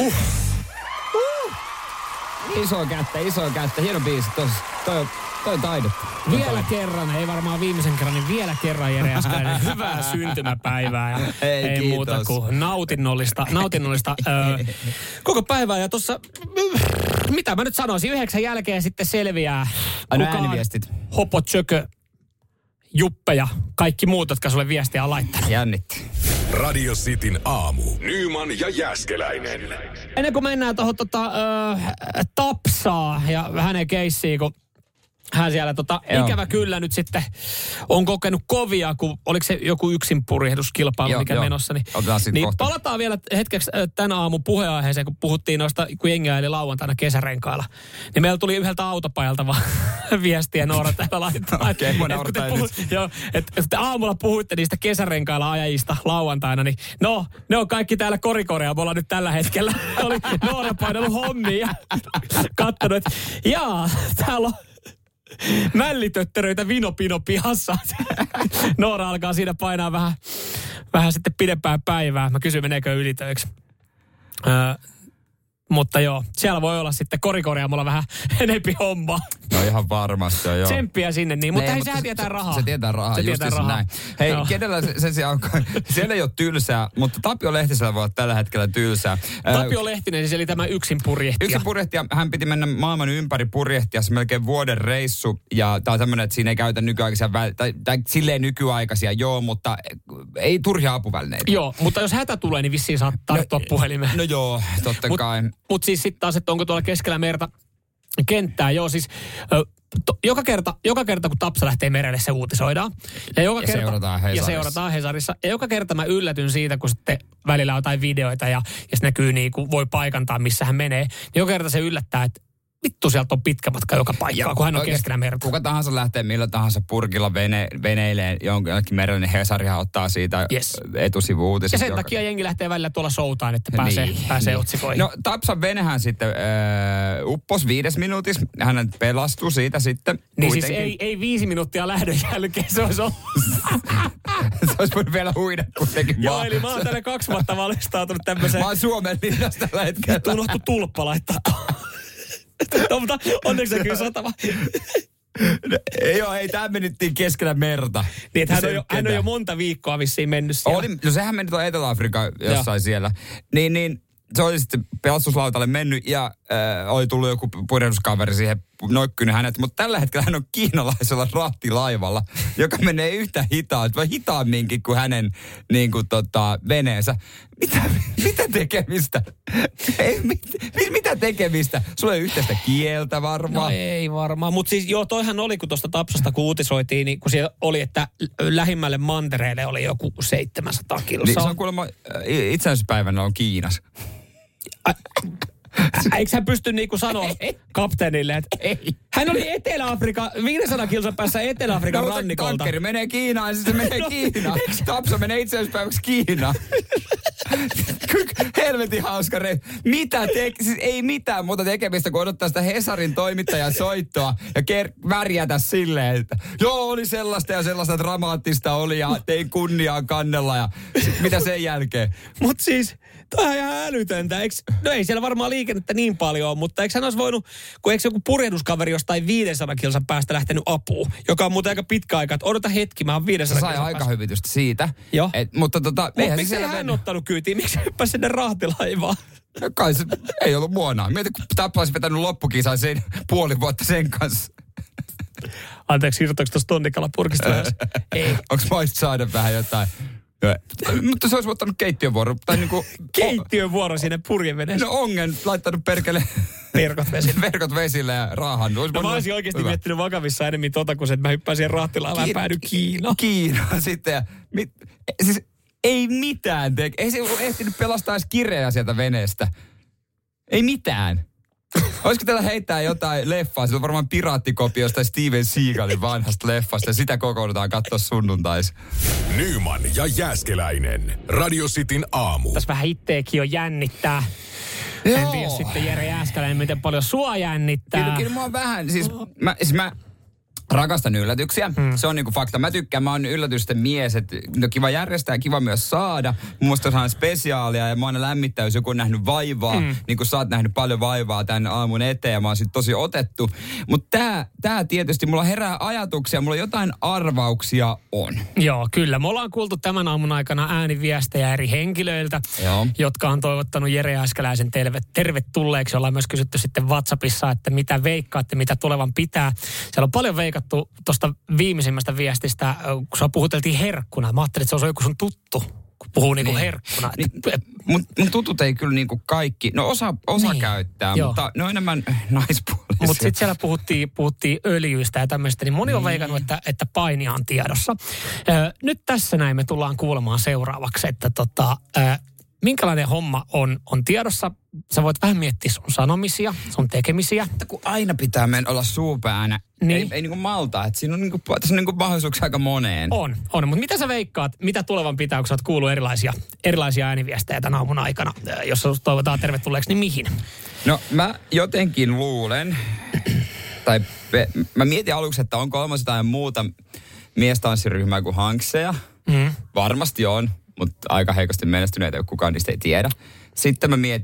Iso kättä. Hieno biisi. Toi on taidetta. Vielä kerran, ei varmaan viimeisen kerran, niin vielä kerran Jere Jääskeläinen. Hyvää syntymäpäivää. Ja ei muuta kuin nautinnollista koko päivää. Ja tuossa, mitä mä nyt sanoisin, 9 jälkeen sitten selviää. Aina ääniviestit. Hopo, Tjökö, Juppe ja kaikki muut, jotka sulle viestiä on laittanut. Jännitti. Radio Cityn aamu. Nyman ja Jääskeläinen. Ennen kuin mennään tuohon Tapsaa ja hänen keissiin, kun hän siellä ikävä kyllä nyt sitten on kokenut kovia, kun oliko se joku yksinpurjehduskilpailu, mikä menossa. Niin palataan vielä hetkeksi tänä aamun puheenaiheeseen, kun puhuttiin noista, kun jengiä eli lauantaina kesärenkailla. Niin meillä tuli yhdeltä autopajalta vaan viestiä, Noora täällä laittaa. Okei, mä naurattain nyt. Että aamulla puhuitte niistä kesärenkailla ajajista lauantaina, niin no, ne on kaikki täällä korikoreamolla nyt tällä hetkellä. Oli Noora painellut hommia ja katsonut, että jaa, täällä on mällitötteröitä vinopino pihassa. Noora alkaa siinä painaa vähän sitten pidempään päivää. Mä kysyn, meneekö ylitöiksi. Mutta joo, siellä voi olla sitten korikorjaamolla vähän enempi hommaa. No ihan varmasti joo. Tsemppiä sinne niin, mutta hei, sehän tietää rahaa. Se tietää rahaa, just näin. Hei, kenellä sen sijaan on, siellä ei ole tylsää, mutta Tapio Lehtisellä voi olla tällä hetkellä tylsää. Tapio Lehtinen, siis eli tämä yksin purjehtija. Yksin purjehtija, hän piti mennä maailman ympäri purjehtia, se melkein vuoden reissu. Ja tää on tämmönen, että siinä ei käytä nykyaikaisia, tai silleen nykyaikaisia, joo, mutta ei turhia apuvälineitä. Joo, mutta jos hätä tulee, niin vissiin saa tarttua puhelimeen. No joo, totta kai. Mutta siis sitten taas, että onko tuolla keskellä merta kenttää, joo siis joka kerta kun Tapsa lähtee merelle, se uutisoidaan. Ja seurataan Hesarissa. Ja joka kerta mä yllätyn siitä, kun sitten välillä on jotain videoita ja se näkyy niin kuin voi paikantaa, missä hän menee. Niin joka kerta se yllättää, että vittu sieltä on pitkä matka joka paikkaan, kun hän on keskellä merta. Kuka tahansa lähtee millä tahansa purkilla veneileen jonkin merelle, niin Hesarihan ottaa siitä etusivu-uutiset. Ja sen takia jengi lähtee välillä tuolla showtaan, että pääsee otsikoihin. No Tapsan venehän sitten upposi 5 minuutissa. Hän pelastui siitä sitten. Niin kuitenkin. Siis ei 5 minuuttia lähdön jälkeen, se olisi ollut. Se olisi voinut vielä huida kuitenkin. Joo, eli mä oon tänne 2 vuotta valmistautunut tämmöiseen. Mä oon Suomen linnassa tällä hetkellä. Nyt unohtu tulppa laittaa no, mutta onneksi se kyllä satava. Joo, ei, tämä menittiin keskellä merta. Niin, että hän on jo monta viikkoa vissiin mennyt siellä. No sehän meni tuon Etelä-Afrikan jossain siellä. Niin, se oli sitten pelastuslautalle mennyt ja oli tullut joku purjehduskaveri siihen noikkynyt hänet. Mutta tällä hetkellä hän on kiinalaisella rahtilaivalla, joka menee yhtä hitaamminkin kuin hänen niin kuin, veneensä. Mitä tekemistä? Mitä tekemistä? Sulla ei yhteistä kieltä varmaan. No ei varmaan. Mutta siis joo, toihan oli, kun tuosta Tapsasta kun uutisoitiin, niin kun siellä oli, että lähimmälle mantereelle oli joku 700 kilsaa. Niin se on kuulemma itsenäisyyspäivänä on Kiinassa. Eikö hän pysty niinku sanoa kapteenille, että hän oli Etelä-Afrikan, 500 kilsan päässä Etelä-Afrikan rannikolta. Tankkeri menee Kiinaan ja se menee Kiinaan. Tapsa menee itsenäisyyspäiväksi Kiinaan. Helvetin hauska siis ei mitään muuta tekemistä, kun odottaa sitä Hesarin toimittajan soittoa ja värjätä silleen, että joo, oli sellaista ja sellaista dramaattista oli ja tein kunniaan kannella ja mitä sen jälkeen. Mut siis, toi on ihan älytöntä. No ei siellä varmaan liikennettä niin paljon ole, mutta eikö hän olisi voinut, kun eikö joku purjehduskaveri jostain 500 kilsan päästä lähtenyt apuun, joka on muuten aika pitkä aika, että odota hetki, mä oon 500 kilsan päästä. Sai aikahyvitystä siitä. Joo. Mutta miksi hän ottanut kyytiin? Miksi hyppäsi sinne rahtilaivaan? No kai se ei ollut muonaa. Mieti, kun Tappa olisi vetänyt loppukisan sen puoli vuotta sen kanssa. Anteeksi, irtoiko tuossa tonnikalapurkista lähes? Ei. Onko voisit saada vähän jotain? Mutta se olisi ottanut keittiövuoro. Tai niinku, keittiövuoro sinne purjeveneessä. No ongen laittanut perkele verkot vesille ja raahannut. No mä olisin oikeasti miettinyt vakavissa enemmän kun se, että mä hyppään siihen rahtilaivaan ja päädyin Kiinaan. Kiinaan sitten. Siis ei mitään ei se ole ehtinyt pelastaa edes kirjaa sieltä veneestä. Ei mitään. Olisiko täällä heittää jotain leffaa? Se on varmaan piraattikopiosta tai Steven Seagalin vanhasta leffasta. Ja sitä kokoonnutaan katsoa sunnuntais. Nyman ja Jääskeläinen. Radio Cityn aamu. Tässä vähän itteekin jo jännittää. Joo. En tiedä sitten Jere Jääskeläinen, miten paljon sua jännittää. Kyllä mua vähän. Siis mä rakastan yllätyksiä. Se on niinku fakta. Mä tykkään, mä oon yllätysten mies, että no kiva järjestää ja kiva myös saada. Mun mielestä on spesiaalia ja mä aina lämmittää, jos joku on nähnyt vaivaa. Niin kuin sä oot nähnyt paljon vaivaa tän aamun eteen ja mä oon sit tosi otettu. Mutta tää tietysti, mulla herää ajatuksia, mulla jotain arvauksia on. Joo, kyllä. Me ollaan kuultu tämän aamun aikana ääniviestejä eri henkilöiltä, jotka on toivottanut Jere Jääskeläisen tervetulleeksi. Ollaan myös kysytty sitten WhatsAppissa, että mitä veikkaatte, mitä tulevan pitää. Siellä on paljon veikattu tuosta viimeisimmästä viestistä, kun sua puhuteltiin herkkuna. Mä ajattelin, että se on joku sun tuttu, kun puhuu niinku herkkuna. Niin, mun tutut ei kyllä niinku kaikki, no osa käyttää, mutta ne on enemmän naispuolisia. Mutta sitten siellä puhuttiin öljyistä ja tämmöistä, niin moni on veikannut, että painia on tiedossa. Nyt tässä näin me tullaan kuulemaan seuraavaksi, että minkälainen homma on tiedossa. Sä voit vähän miettiä sun sanomisia, sun tekemisiä. Mutta kun aina pitää olla suupäänä, niin. ei niinku malta. Että siinä on tässä on niinku mahdollisuuksia aika moneen. On. Mutta mitä sä veikkaat, mitä tulevan pitää, kun sä oot kuullut erilaisia ääniviestejä tämän aamun aikana? Jos toivotaan tervetulleeksi, niin mihin? No mä jotenkin luulen, tai mä mietin aluksi, että onko olemassa jotain muuta miestanssiryhmää kuin Hankseja. Varmasti on. Mutta aika heikosti menestyneitä, kukaan niistä ei tiedä. Sitten mä mietin,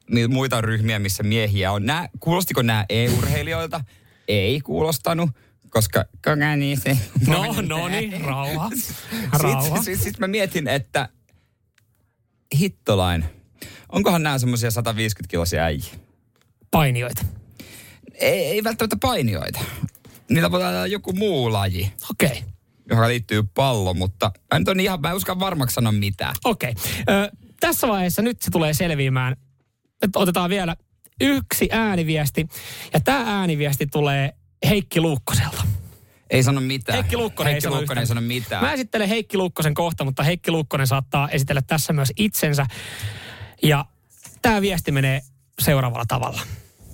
niitä muita ryhmiä, missä miehiä on. Kuulostiko nämä e-urheilijoilta? Ei kuulostanut, koska niin se... No niin, rauha. Sitten mä mietin, että hittolain, onkohan nämä semmoisia 150-kiloisia äijiä? Painijoita. Ei välttämättä painijoita. Niillä voi olla joku muu laji. Okei. Joka liittyy pallo, mutta mä en uskalla varmaksi sanoa mitään. Okei. Tässä vaiheessa nyt se tulee selviämään. Otetaan vielä yksi ääniviesti. Ja tämä ääniviesti tulee Heikki Luukkoselta. Ei sano mitään. Heikki Luukkonen ei sano mitään. Mä esittelen Heikki Luukkosen kohta, mutta Heikki Luukkonen saattaa esitellä tässä myös itsensä. Ja tämä viesti menee seuraavalla tavalla.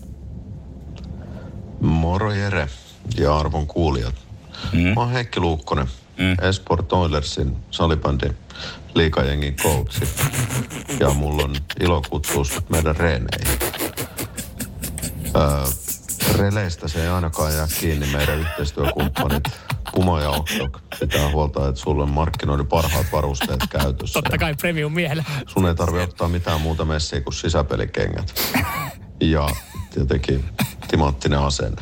Moro Jere ja arvon kuulijat. Mä oon Heikki Luukkonen, Esport Oilersin salibändin liigajengin coachi. Ja mulla on ilo kutsua meidän reeneihin. Releistä se ei ainakaan jää kiinni meidän yhteistyökumppanit Puma ja Ohtok. Pitää huolta, että sulla on markkinoiden parhaat varusteet käytössä. Totta kai premium miehellä. Sun ei tarvitse ottaa mitään muuta messiä kuin sisäpelikengät. Ja tietenkin timanttinen asenne.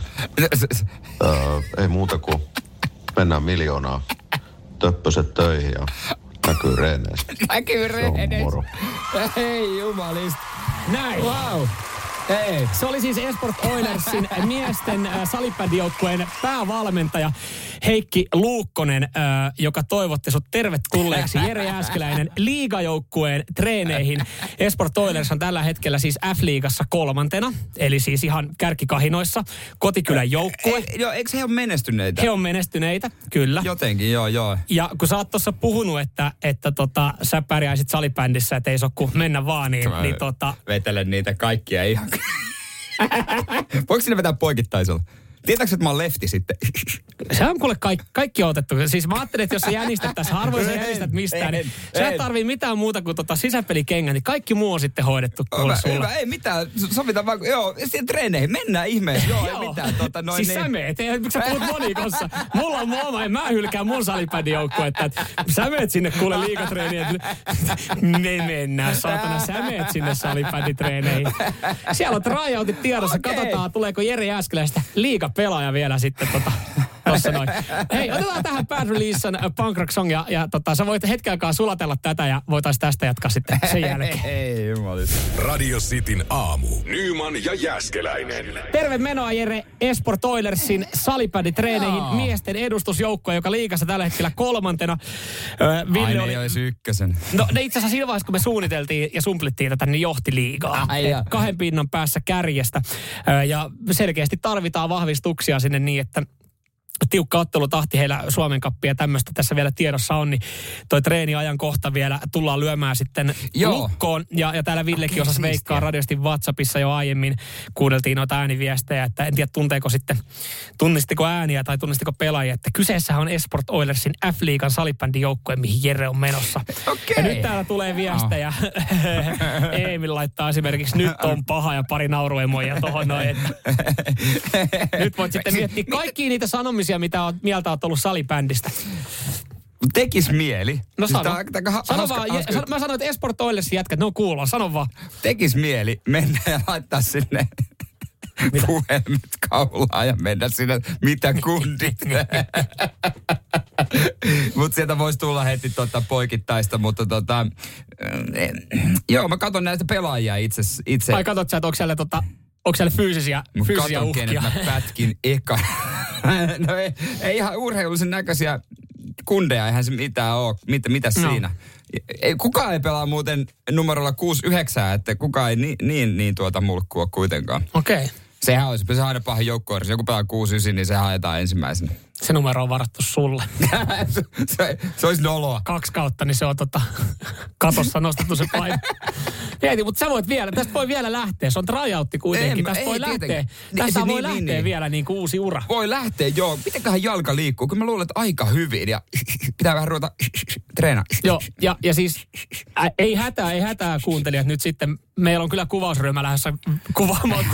Ei muuta kuin mennään miljoonaa töppöset töihin ja näkyy reeneissä. Näkyy reeneissä. Moro. Hei jumalista. Näin. Wow. Hei. Se oli siis Esport Oilersin miesten salibändijoukkueen päävalmentaja Heikki Luukkonen, joka toivotti sut tervetulleeksi Jere Jääskeläinen liigajoukkueen treeneihin. Esport Oilers on tällä hetkellä siis F-liigassa 3. eli siis ihan kärkikahinoissa. Kotikylän joukkue. Eikö he ole menestyneitä? He on menestyneitä, kyllä. Jotenkin, joo. Ja kun sä oot tuossa puhunut, että sä pärjäisit salibändissä, että ei se ole kuin mennä vaan, niin vetelen niitä kaikkia ihan. Voiko sinne vetää poikittaisella? Tietääksä, että mä oon lefti sitten? Se on kuule kaikki on otettu. Siis mä ajattelin, että jos sä jännistät tässä, harvoin sä jännistät mistään, niin sä et tarvii mitään muuta kuin sisäpelikengät, niin kaikki muu on sitten hoidettu kuule sulla. Ei mitään, sovitaan vaan, siihen treeneihin, mennään ihmeessä, ei mitään. Siis sä meet, miksi sä puhut monikossa? Mulla on oma, en mä hylkää mun salibändijoukkuetta, että sä meet sinne kuule liigatreeniin, me mennään, saatana, sä meet sinne salibänditreeneihin. Siellä on tryoutit tiedossa, katsotaan, tuleeko Jere Jääskeläistä liigapelaaja vielä sitten tossa noin. Hei, otetaan tähän Bad Releasen punk rock song ja sä voit hetken aikaa sulatella tätä ja voitais tästä jatkaa sitten sen jälkeen. Ei jumalista. Radio Cityn aamu. Nyman ja Jääskeläinen. Terve menoa Jere Esport Oilersin salibänditreeneihin miesten edustusjoukkue, joka liigassa tällä hetkellä 3. Ville oli ykkösen. No ne itse asiassa siinä vaiheessa, kun me suunniteltiin ja sumplittiin tätä, niin johti liigaa. 2 pinnan päässä kärjestä. Ja selkeästi tarvitaan vahvistuksia sinne niin, että tiukka ottelutahti heillä Suomen Cuppia ja tämmöistä tässä vielä tiedossa on, niin toi treeniajankohta vielä tullaan lyömään sitten lukkoon. Ja täällä Villekin osasi veikkaa radiosti WhatsAppissa jo aiemmin, kuunneltiin noita ääniviestejä, että en tiedä tunnistiko ääniä tai tunnistiko pelaajia, että kyseessähän on Esport Oilersin F-liigan salibändijoukkue, mihin Jere on menossa. Ja nyt täällä tulee viestejä. Emil laittaa esimerkiksi, nyt on paha ja pari nauruemoja tohon noin. Nyt voit sitten miettiä kaikkia niitä sanomisia, mitä mieltä olet ollut salibändistä. Tekis mieli. No sano. Sano vaan. Mä sanoin, että Esport Oilersin jätkät, ne on kuulolla. Sano vaan. Tekis mieli mennä ja laittaa sinne puhelimet kaulaan ja mennä sinne, mitä kundit. Mutta sieltä voisi tulla heti poikittaista, mutta joo, mä katson näistä pelaajia itse. Ai katot sä, että onko siellä fyysisiä uhkia? Kenet mä pätkin eka. No ei ihan urheilullisen näköisiä kundeja, eihän se mitään ole. Mitä siinä? Kukaan ei pelaa muuten numerolla 6-9, että kukaan ei niin mulkkua kuitenkaan. Okei. Sehän olisi aina paha joukkoa. Jos joku pelaa 6-9, niin se haetaan ensimmäisenä. Se numero on varattu sulle. se olisi noloa. 2 kautta, niin se on katossa nostettu se paino. Mieti, mutta sä voit vielä, tästä voi vielä lähteä. Se on tryoutti kuitenkin. Tästä voi lähteä. Tästä voi lähteä vielä niin kuin uusi ura. Voi lähteä, joo. Mitenköhän jalka liikkuu? Kyllä mä luulen, että aika hyvin ja pitää vähän ruveta treenaa. Joo, ja siis ei hätää kuuntelijat nyt sitten. Meillä on kyllä kuvausryhmä lähdössä kuvaamaan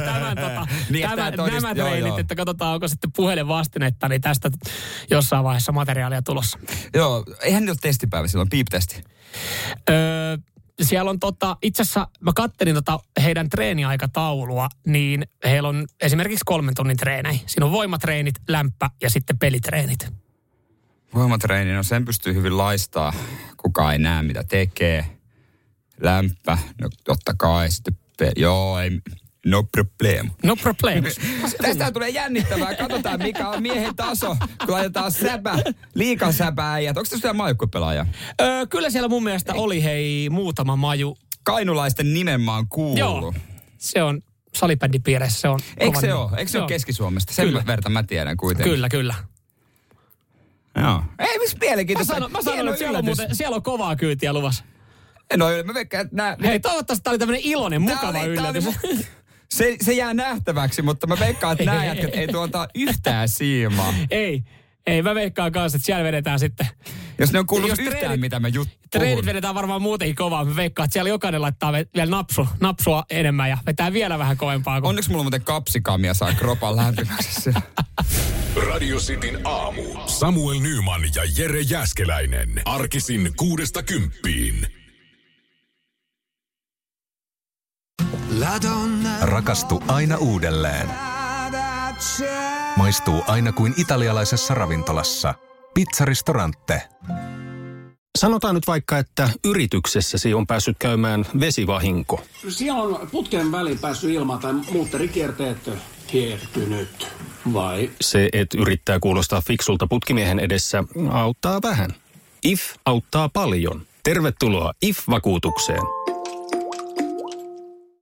nämä treenit, että katsotaan, onko sitten puhelin vastinetta, niin tästä jossain vaiheessa materiaalia tulossa. Joo, eihän ne ole testipäivä silloin, piip-testi. siellä on itse asiassa, mä kattelin heidän treeniaikataulua, niin heillä on esimerkiksi 3 tunnin treenejä. Siinä on voimatreenit, lämpä ja sitten pelitreenit. Voimatreeni, no sen pystyy hyvin laistaa. Kukaan ei näe, mitä tekee. Lämpä, no totta kai. Sitten joo, ei, no problem. No problem. Tästä tulee jännittävää. Katsotaan, mikä on miehen taso, kun laitetaan liikan säpäijät. Onko tässä maajoukkuepelaaja? Kyllä siellä mun mielestä oli muutama maju. Kainulaisten nimenmaan kuulu. Joo, se on salibändipiireissä, se on. Eikö se ole? Eikö se ole Keski-Suomesta? Sen verran mä tiedän kuitenkin. Kyllä. Joo. Ei, missä mielenkiintoista. Mä sanon, että siellä on kovaa kyytiä luvassa. No, mä veikkaan, että Hei, toivottavasti tää oli tämmönen iloinen, mukava yllätys. Se jää nähtäväksi, mutta mä veikkaan, että nämä jätkät ei tuota yhtään siimaa. Ei, mä veikkaan kanssa, että siellä vedetään sitten. Jos ne on kuullut yhtään, mitä mä puhun. Treenit vedetään varmaan muutenkin kovaa. Mä veikkaan, että siellä jokainen laittaa vielä napsua enemmän ja vetää vielä vähän kovempaa. Onneksi mulla muuten kapsikamia saa kropan lämpimäksi. Radio Cityn aamu. Samuel Nyman ja Jere Jääskeläinen. Arkisin 6–10. Rakastu aina uudelleen. Maistuu aina kuin italialaisessa ravintolassa. Pizzaristorante. Sanotaan nyt vaikka, että yrityksessäsi on päässyt käymään vesivahinko. Siellä on putken väliin päässyt ilmaan tai muutterikierteet hiertynyt, vai? Se, että yrittää kuulostaa fiksulta putkimiehen edessä, auttaa vähän. IF auttaa paljon. Tervetuloa IF-vakuutukseen.